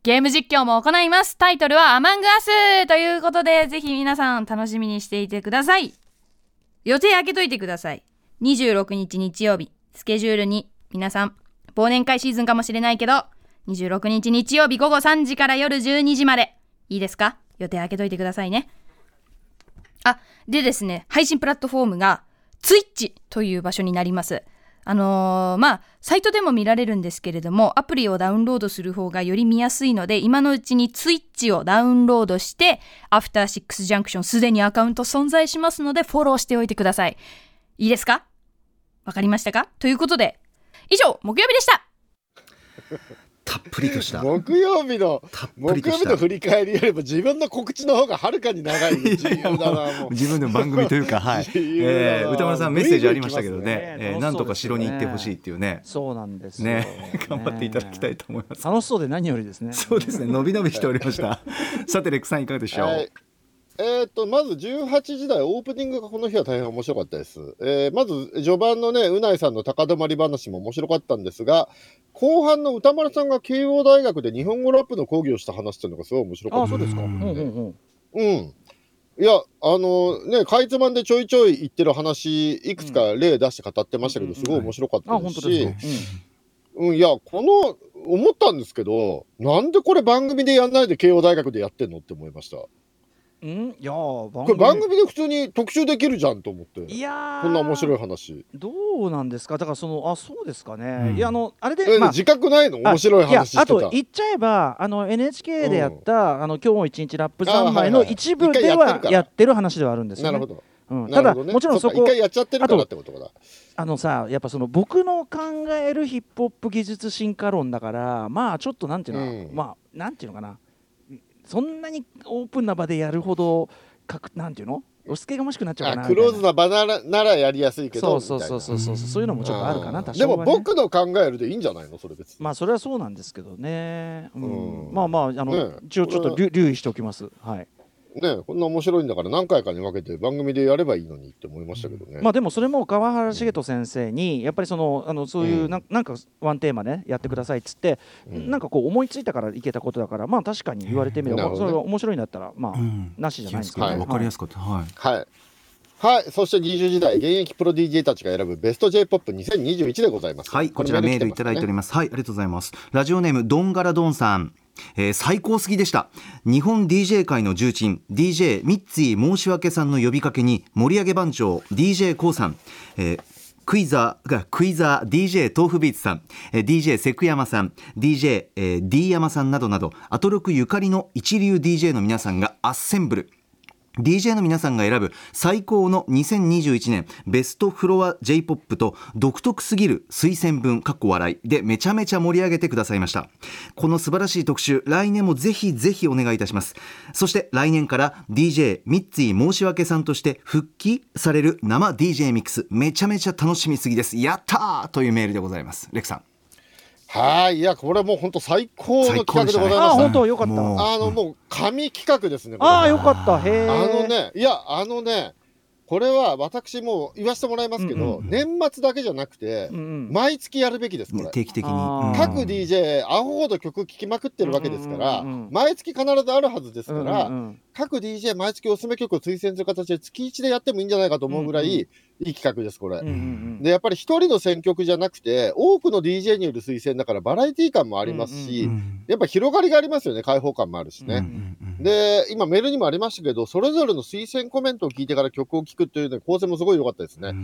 ゲーム実況も行います。タイトルはアマングアスということで、ぜひ皆さん楽しみにしていてください。予定開けといてください。にじゅうろくにち日曜日、スケジュールに皆さん忘年会シーズンかもしれないけど、にじゅうろくにち日曜日午後さんじから夜じゅうにじまで、いいですか？予定開けといてくださいね。あ、でですね、配信プラットフォームがツイッチという場所になります。あのー、まあサイトでも見られるんですけれども、アプリをダウンロードする方がより見やすいので、今のうちにツイッチをダウンロードして、アフターシックスジャンクションすでにアカウント存在しますので、フォローしておいてください。いいですか？わかりましたか？ということで、以上木曜日でした。 たっぷりとした木曜日のたっぷりとした木曜日の振り返りよりも自分の告知の方がはるかに長い。自由だなもう自分でも番組というか、はい、えー、歌丸さんメッセージありましたけどね、 ねえー、なんとか城に行ってほしいっていうね、 そうなんですよね、頑張っていただきたいと思います。 楽しそうで何よりですね。 そうですね、のびのびしておりましたさてレックさんいかがでしょう？はい、 えー、とまずじゅうはちじ台オープニングがこの日は大変面白かったです。えー、まず序盤のねうないさんの高止まり話も面白かったんですが、後半の歌丸さんが慶応大学で日本語ラップの講義をした話っていうのがすごい面白かったです。 あ、そうですか。うんうんうん。 うん。いや、あのね、かいつまんでちょいちょい言ってる話いくつか例出して語ってましたけど、うん、すごい面白かったですし、うん、いやこの思ったんですけど、なんでこれ番組でやんないで慶応大学でやってんのって思いました。 んいや番組これ番組で普通に特集できるじゃんと思って。 いやこんな面白い話どうなんですか。だからそのあそうですかね、うん、いやあのあれで、 え、まあ、自覚ないの面白い話してた。 あと言っちゃえばあの エヌエイチケー でやった、うん、あの今日も一日ラップ三昧の一部ではやってる話ではあるんですよね。 なるほど、 うん、ただ、ね、もちろんそこ一回やっちゃってるからってことかだ。 あのさやっぱその僕の考えるヒップホップ技術進化論だから、まあちょっとなんていうの、うん、まあなんていうのかな、そんなにオープンな場でやるほどかくなんていうの押し付けがましくなっちゃうかな。 クローズな場なら、ならやりやすいけど、 そうそうそうそうそう、そういうのもちょっとあるかな、多少ではね。 も僕の考えるでいいんじゃないの、それ別に。 まあそれはそうなんですけどね、うんうん、 まあまああの、ね、一応ちょっと留意しておきます。はいね、こんな面白いんだから何回かに分けて番組でやればいいのにって思いましたけどね、 うん、まあでもそれも川原茂人先生にやっぱりそのあのそういうな、うん、なんかワンテーマねやってくださいっつって、うん、なんかこう思いついたからいけたことだから、まあ確かに言われてみれば、うん、それが面白いんだったらまあ、うん、なしじゃないですけど、ね、 分かりやすかった。はい、 はいはい、そしてにじゅうじ台現役プロ ディージェー たちが選ぶベスト ジェイポップにせんにじゅういち でございます。 はい、こちらメールいただいております。はい、ありがとうございます。ラジオネームドンガラドンさん、えー、最高すぎでした。日本 ディージェー 界の重鎮 ディージェー ミッツィ申し訳さんの呼びかけに盛り上げ番長 ディージェー コウさん、えークイザーがクイザー ディージェー 豆腐ビーツさん、えー、ディージェー セクヤマさん、 ディージェー、えー、D 山さんなどなどアトロクゆかりの一流 ディージェー の皆さんがアッセンブル。 ディージェー の皆さんが選ぶ最高のにせんにじゅういちねんベストフロア ジェイポップ と独特すぎる推薦文かっこ笑いでめちゃめちゃ盛り上げてくださいました。この素晴らしい特集、来年もぜひぜひお願いいたします。そして来年から ディージェー ミッツィ申し訳さんとして復帰される生 ディージェー ミックス、めちゃめちゃ楽しみすぎです。やったーというメールでございます。レクさん。 はい、いやこれもう本当最高の企画でございました。 あ、本当よかった。 あのもう神企画ですね。 ああよかった。へえ。 あのね、いやあのね、これは私も言わせてもらいますけど、うんうん、年末だけじゃなくて、うんうん、毎月やるべきですこれ。 定期的に、 各 ディージェー アホほど曲聴きまくってるわけですから、うんうんうん、毎月必ずあるはずですから、うんうん、各 ディージェー 毎月おすすめ曲を推薦する形で月いちでやってもいいんじゃないかと思うぐらい、うんうん、いい企画ですこれ、うんうんうん、でやっぱり一人の選曲じゃなくて多くの ディージェー による推薦だからバラエティ感もありますし、うんうん、やっぱ広がりがありますよね、開放感もあるしね、うんうんうん、で今メールにもありましたけど、それぞれの推薦コメントを聞いてから曲を聴くという、ね、構成もすごい良かったですね、うん、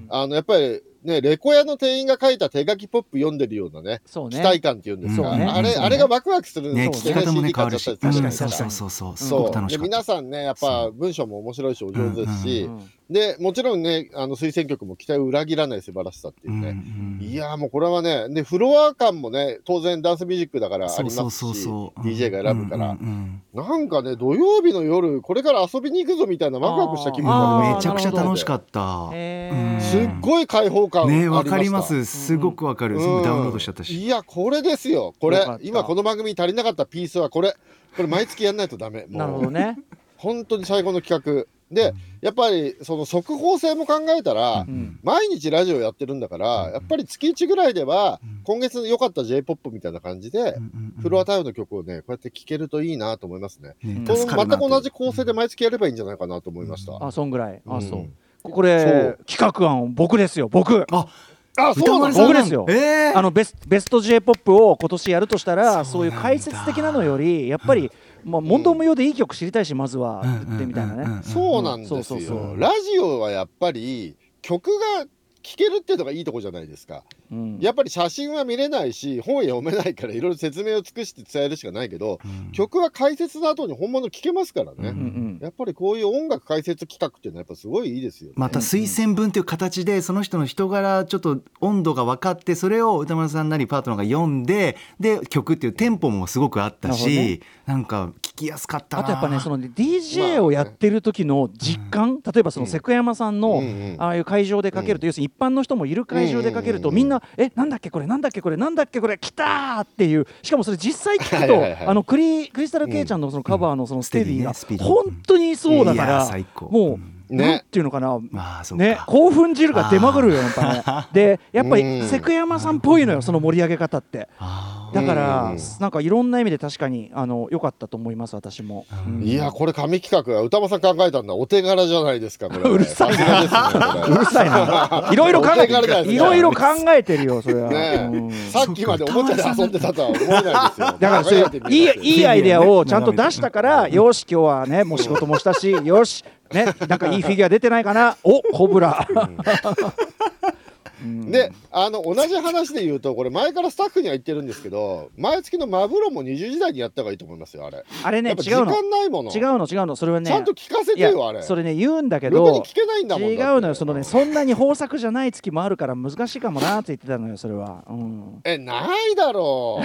あのやっぱりね、レコヤの店員が書いた手書きポップ読んでるようなね、そうね、期待感っていうんですか、ね、あれ、うん、あれがワクワクするんですよね、 聞き方もね変わるし、 シーディー 買っちゃったりそうそうそうそう、すごく楽しかった。 で皆さんねやっぱ文章も面白いしお上手ですし、うんうんうん、でもちろんねあの推薦曲も期待を裏切らない素晴らしさっていうね、うんうん、いやもうこれはね、でフロア感もね当然ダンスミュージックだからありますし、そうそうそうそう、ディージェー が選ぶから、うんうんうん、なんかね土曜日の夜これから遊びに行くぞみたいなワクワクした気分になります。 めちゃくちゃ楽しかった、 うん、すっごい開放感ありました。 ね、わかります、すごくわかる、うん、すぐダウンロードしちゃったし、 いやこれですよ、これ今この番組に足りなかったピースはこれこれ毎月やんないとダメ。もうなるほどね、 本当に最高の企画。 でやっぱりその速報性も考えたら、 うん、 毎日ラジオやってるんだから、やっぱり月いちぐらいでは今月良かった J-ポップ みたいな感じで、フロア対応の曲をねこうやって聴けるといいなと思いますね。 ねこの全く同じ構成で毎月やればいいんじゃないかなと思いました。 あ、そんぐらい。あ、 うん、 そう。これ企画案僕ですよ。僕。 ああ、そうなの？ 僕ですよ。 えー、 あのベスベスト J-ポップ を今年やるとしたら、そういう解説的なのよりやっぱり、まあ、問答無用でいい曲知りたいし、まずは言ってみたいなね。 そうなんですよ。そうそうそう。ラジオはやっぱり曲が聴けるっていうのがいいとこじゃないですか、うん、やっぱり写真は見れないし本読めないからいろいろ説明を尽くして伝えるしかないけど、うん、曲は解説の後に本物聴けますからね、うんうん、やっぱりこういう音楽解説企画っていうのはやっぱすごいいいですよね。 また推薦文という形でその人の人柄ちょっと温度が分かって、それを歌丸さんなりパートナーが読んで、で曲っていうテンポもすごくあったし、な、ね、なんか聞きやすかったな。 あとやっぱね、その ディージェー をやってる時の実感、まあね、例えばそのセクヤマさんの、うん、ああいう会場でかけると、うん、要するに一般の人もいる会場でかけると、みんなえなんだっけこれなんだっけこれなんだっけこれ来たーっていう、しかもそれ実際聞くとはいはい、はい、あのクリクリスタルケイちゃんのそのカバーのそのステディが本当にそうだから、もうね、なんていうのかな、まあ、ね、興奮汁が出まぐるよやっぱね。でやっぱりセクヤマさんっぽいのよ、その盛り上げ方って。だからなんかいろんな意味で確かにあの良かったと思います私も、 うん、いやこれ神企画は歌間さん考えたんだ。お手柄じゃないですかこれ。 うるさいな、ね、うるさいな。いろいろ考えていろいろ考えてるよそれは、ね、うん、さっきまでおもちゃで遊んでたとは思えないですよ。だからそれいい、いいアイデアをちゃんと出したからよし今日はねもう仕事もしたしよしね、なんかいいフィギュア出てないかな、おコブラ。うん、 であの同じ話で言うとこれ前からスタッフには言ってるんですけど、毎月のマブロもにじゅうじ台にやった方がいいと思いますよ。あれあれね、違うの、 時間ないもの、 違うの違うのそれはねちゃんと聞かせてよ。あれそれね言うんだけど、 僕に聞けないんだもん。 違うのよ、そのねそんなに豊作じゃない月もあるから難しいかもなって言ってたのよそれは、うん、 えないだろ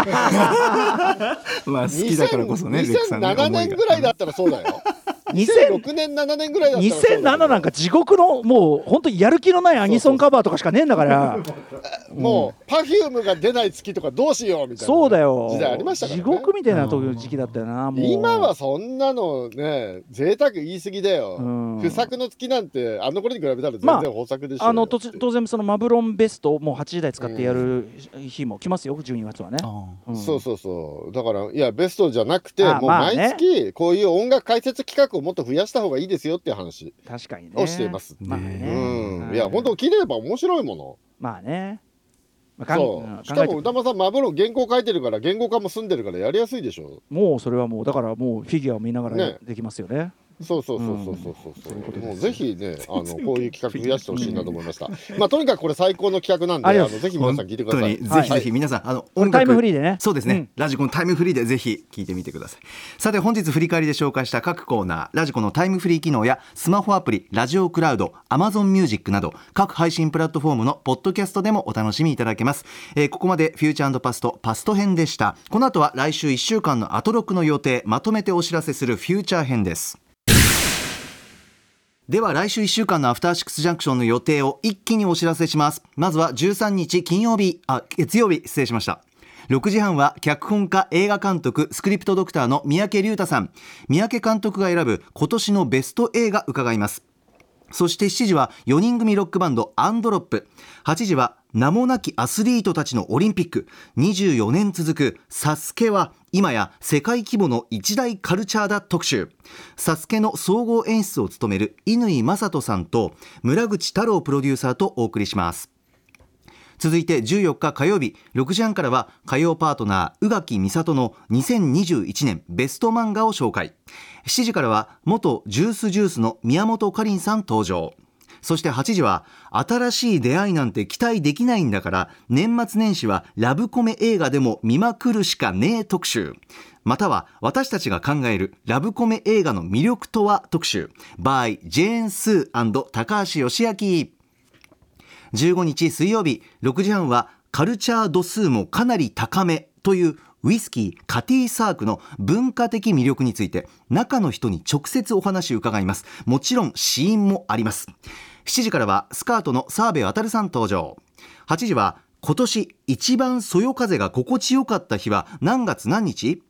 う。 まあ好きだからこそね。 にせんななねんぐらいだったらそうだよ。にせんろくねんななねんぐらいだったらそうだよ。 にせんなななんか地獄のもう本当にやる気のないアニソンカバーとかしかねえんだから。 もう Perfume が出ない月とかどうしようみたいなそうだよ時代ありましたからね。 地獄みたいな時期だったよな。もう今はそんなのね贅沢言い過ぎだよ、うん、不作の月なんてあの頃に比べたら全然豊作でしょ、まあ、 あの当然そのマブロンベストもうはちじ台使ってやる日も来ますよ、じゅうにがつはね、 うん、そうそうそう。だからいやベストじゃなくてもう毎月こういう音楽解説企画をもっと増やした方がいいですよっていう話確かに、ね、 をしています。 まあね、 うん、いや本当聞いてれば面白いもの。 まあね、 まあ、そうしかも歌間さんマブロン原稿書いてるから言語化も済んでるからやりやすいでしょ。 もうそれはもうだからもうフィギュアを見ながらできますよね。ね、 そうそうそうそうそうそう、うん、もうぜひねあのこういう企画増やしてほしいなと思いました。まあとにかくこれ最高の企画なんで、あのぜひ皆さん聞いてください。 ぜひぜひ皆さん、はい、あの音楽タイムフリーでね。 そうですね、うん、ラジコのタイムフリーでぜひ聞いてみてください。さて本日振り返りで紹介した各コーナー、ラジコのタイムフリー機能やスマホアプリラジオクラウド、Amazon Music など各配信プラットフォームのポッドキャストでもお楽しみいただけます。えー、ここまでフューチャー&パストパスト編でした。この後は来週いっしゅうかんのアトロクの予定まとめてお知らせするフューチャー編です。では来週いっしゅうかんのアフターシックスジャンクションの予定を一気にお知らせします。まずはじゅうさんにち金曜日あ月曜日失礼しました。ろくじはんは脚本家映画監督スクリプトドクターの三宅龍太さん。三宅監督が選ぶ今年のベスト映画伺います。そしてしちじはよにん組ロックバンドアンドロップ。はちじは名もなきアスリートたちのオリンピック。にじゅうよねん続くサスケは今や世界規模の一大カルチャーだ特集。サスケの総合演出を務める乾正人さんと村口太郎プロデューサーとお送りします。続いてじゅうよっか火曜日ろくじはんからは火曜パートナー宇垣美里のにせんにじゅういちねんベスト漫画を紹介。しちじからは元ジュースジュースの宮本かりんさん登場。そしてはちじは新しい出会いなんて期待できないんだから年末年始はラブコメ映画でも見まくるしかねえ特集。または私たちが考えるラブコメ映画の魅力とは特集 by ジェーンスー&高橋義明。じゅうごにち水曜日ろくじはんはカルチャー度数もかなり高めというウイスキーカティーサークの文化的魅力について中の人に直接お話を伺います。もちろん試飲もあります。しちじからはスカートの澤部渉さん登場。はちじは今年一番そよ風が心地よかった日は何月何日。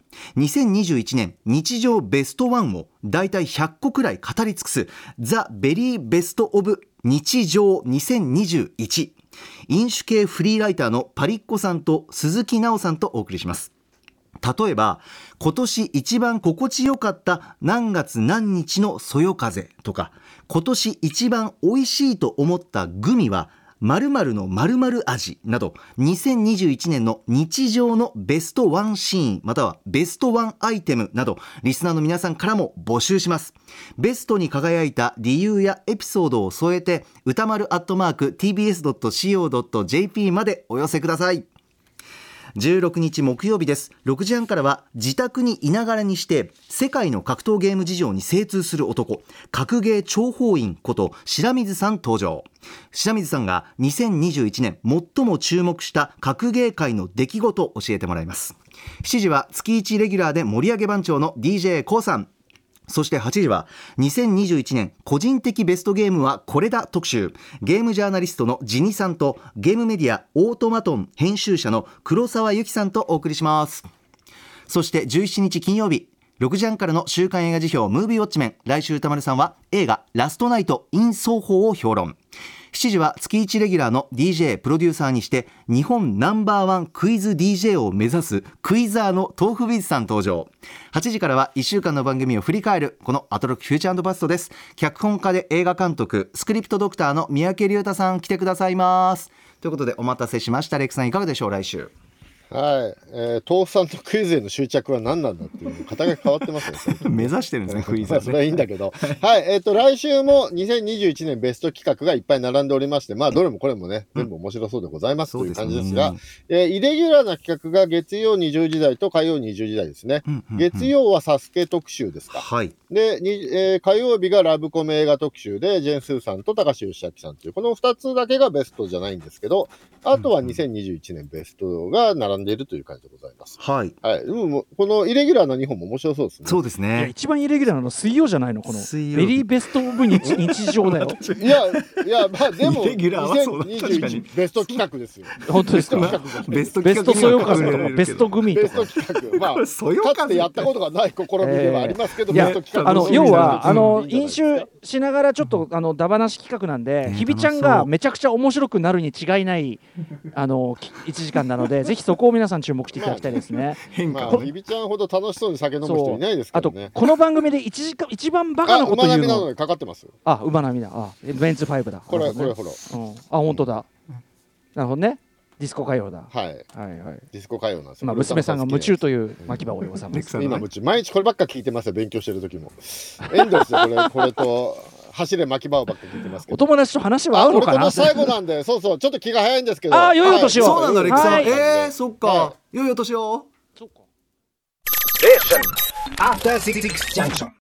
にせんにじゅういちねん日常ベストワンをだいたいひゃっこくらい語り尽くすザ・ベリーベストオブ日常にせんにじゅういち、飲酒系フリーライターのパリッコさんと鈴木奈緒さんとお送りします。例えば、今年一番心地よかった何月何日のそよ風とか、今年一番美味しいと思ったグミは〇〇の〇〇味など、にせんにじゅういちねんの日常のベストワンシーンまたはベストワンアイテムなど、リスナーの皆さんからも募集します。ベストに輝いた理由やエピソードを添えて、歌丸アットマーク ティービーエスドットシーオードットジェーピー までお寄せください。じゅうろくにち木曜日です。ろくじはんからは自宅にいながらにして世界の格闘ゲーム事情に精通する男、格ゲー諜報員こと白水さん登場。白水さんがにせんにじゅういちねん最も注目した格ゲー界の出来事を教えてもらいます。しちじは月いちレギュラーで盛り上げ番長の ディージェー コウさん。そしてはちじはにせんにじゅういちねん個人的ベストゲームはこれだ特集、ゲームジャーナリストのジニさんとゲームメディアオートマトン編集者の黒沢由紀さんとお送りします。そしてじゅうしちにち金曜日ろくじはんからの週刊映画辞表ムービーウォッチメン、来週歌丸さんは映画ラストナイト in 双方を評論。しちじは月いちレギュラーの ディージェー プロデューサーにして日本ナンバーワンクイズ ディージェー を目指すクイザーの豆腐ビズさん登場。はちじからはいっしゅうかんの番組を振り返るこのアトロックフューチャー&パストです。脚本家で映画監督、スクリプトドクターの三宅龍太さん来てくださいます。ということでお待たせしました。レックさんいかがでしょう。来週はい、えー、豆腐さんのクイズへの執着は何なんだっていう肩書き変わってますね目指してるんですねクイズ、 まあ、それはいいんだけどはい、えー、と来週もにせんにじゅういちねんベスト企画がいっぱい並んでおりまして、まあどれもこれもね、うん、全部面白そうでございますという感じですが、す、えー、イレギュラーな企画が月曜にじゅうじ台と火曜にじゅうじ台ですね、うんうんうん、月曜はサスケ特集ですか、はい、で、えー、火曜日がラブコメ映画特集でジェンスーさんと高橋義明さんというこのふたつだけがベストじゃないんですけど、あとはにせんにじゅういちねんベストが並んでいるという感じでございます。はい。はい。でもこのイレギュラーなにほんも面白そうですね。 そうですね。 一番イレギュラーなの水曜じゃないの、このベリーベストオブ日日常だよ。 いやいや、まあでもイレギュラーはそうだ、 にせんにじゅういちベスト企画ですよ。 本当ですか。 ベストベストそよ風とかベストグミとか。 ベスト企画。まあそよかってやったことがない試みではありますけど、 えー、 ベスト企画。 あの要はあの飲酒しながらちょっとあのダバなし企画なんで、日比ちゃんがめちゃくちゃ面白くなるに違いないあのいちじかんなので、ぜひそこを皆さん注目していただきたいですね。 まあ、日比ちゃんほど楽しそうに酒飲む人いないですけどね。 あとこの番組でいちじかん一番バカなこと言うの。 馬並みなのにかかってますよ。 あ、馬並みだ。あ、ベンツファイブだ。 これこれほら。 うん、あ、本当だ。なるほどね。ディスコ歌謡だ。 はい。はいはい。ディスコ歌謡なんですよ。 まあ娘さんが夢中という牧場およさんです。 今夢中。毎日こればっか聞いてますよ。勉強してる時も。エンドレスでこれこれと。走れ牧場ばっか聞いてますけど。 お友達と話は合うのかな。 俺最後なんで、そうそうちょっと気が早いんですけど。 あ、良いお年を。 そうなんだレクさん。ええ、そっか。良いお年を。 そっか。 After Six Junction.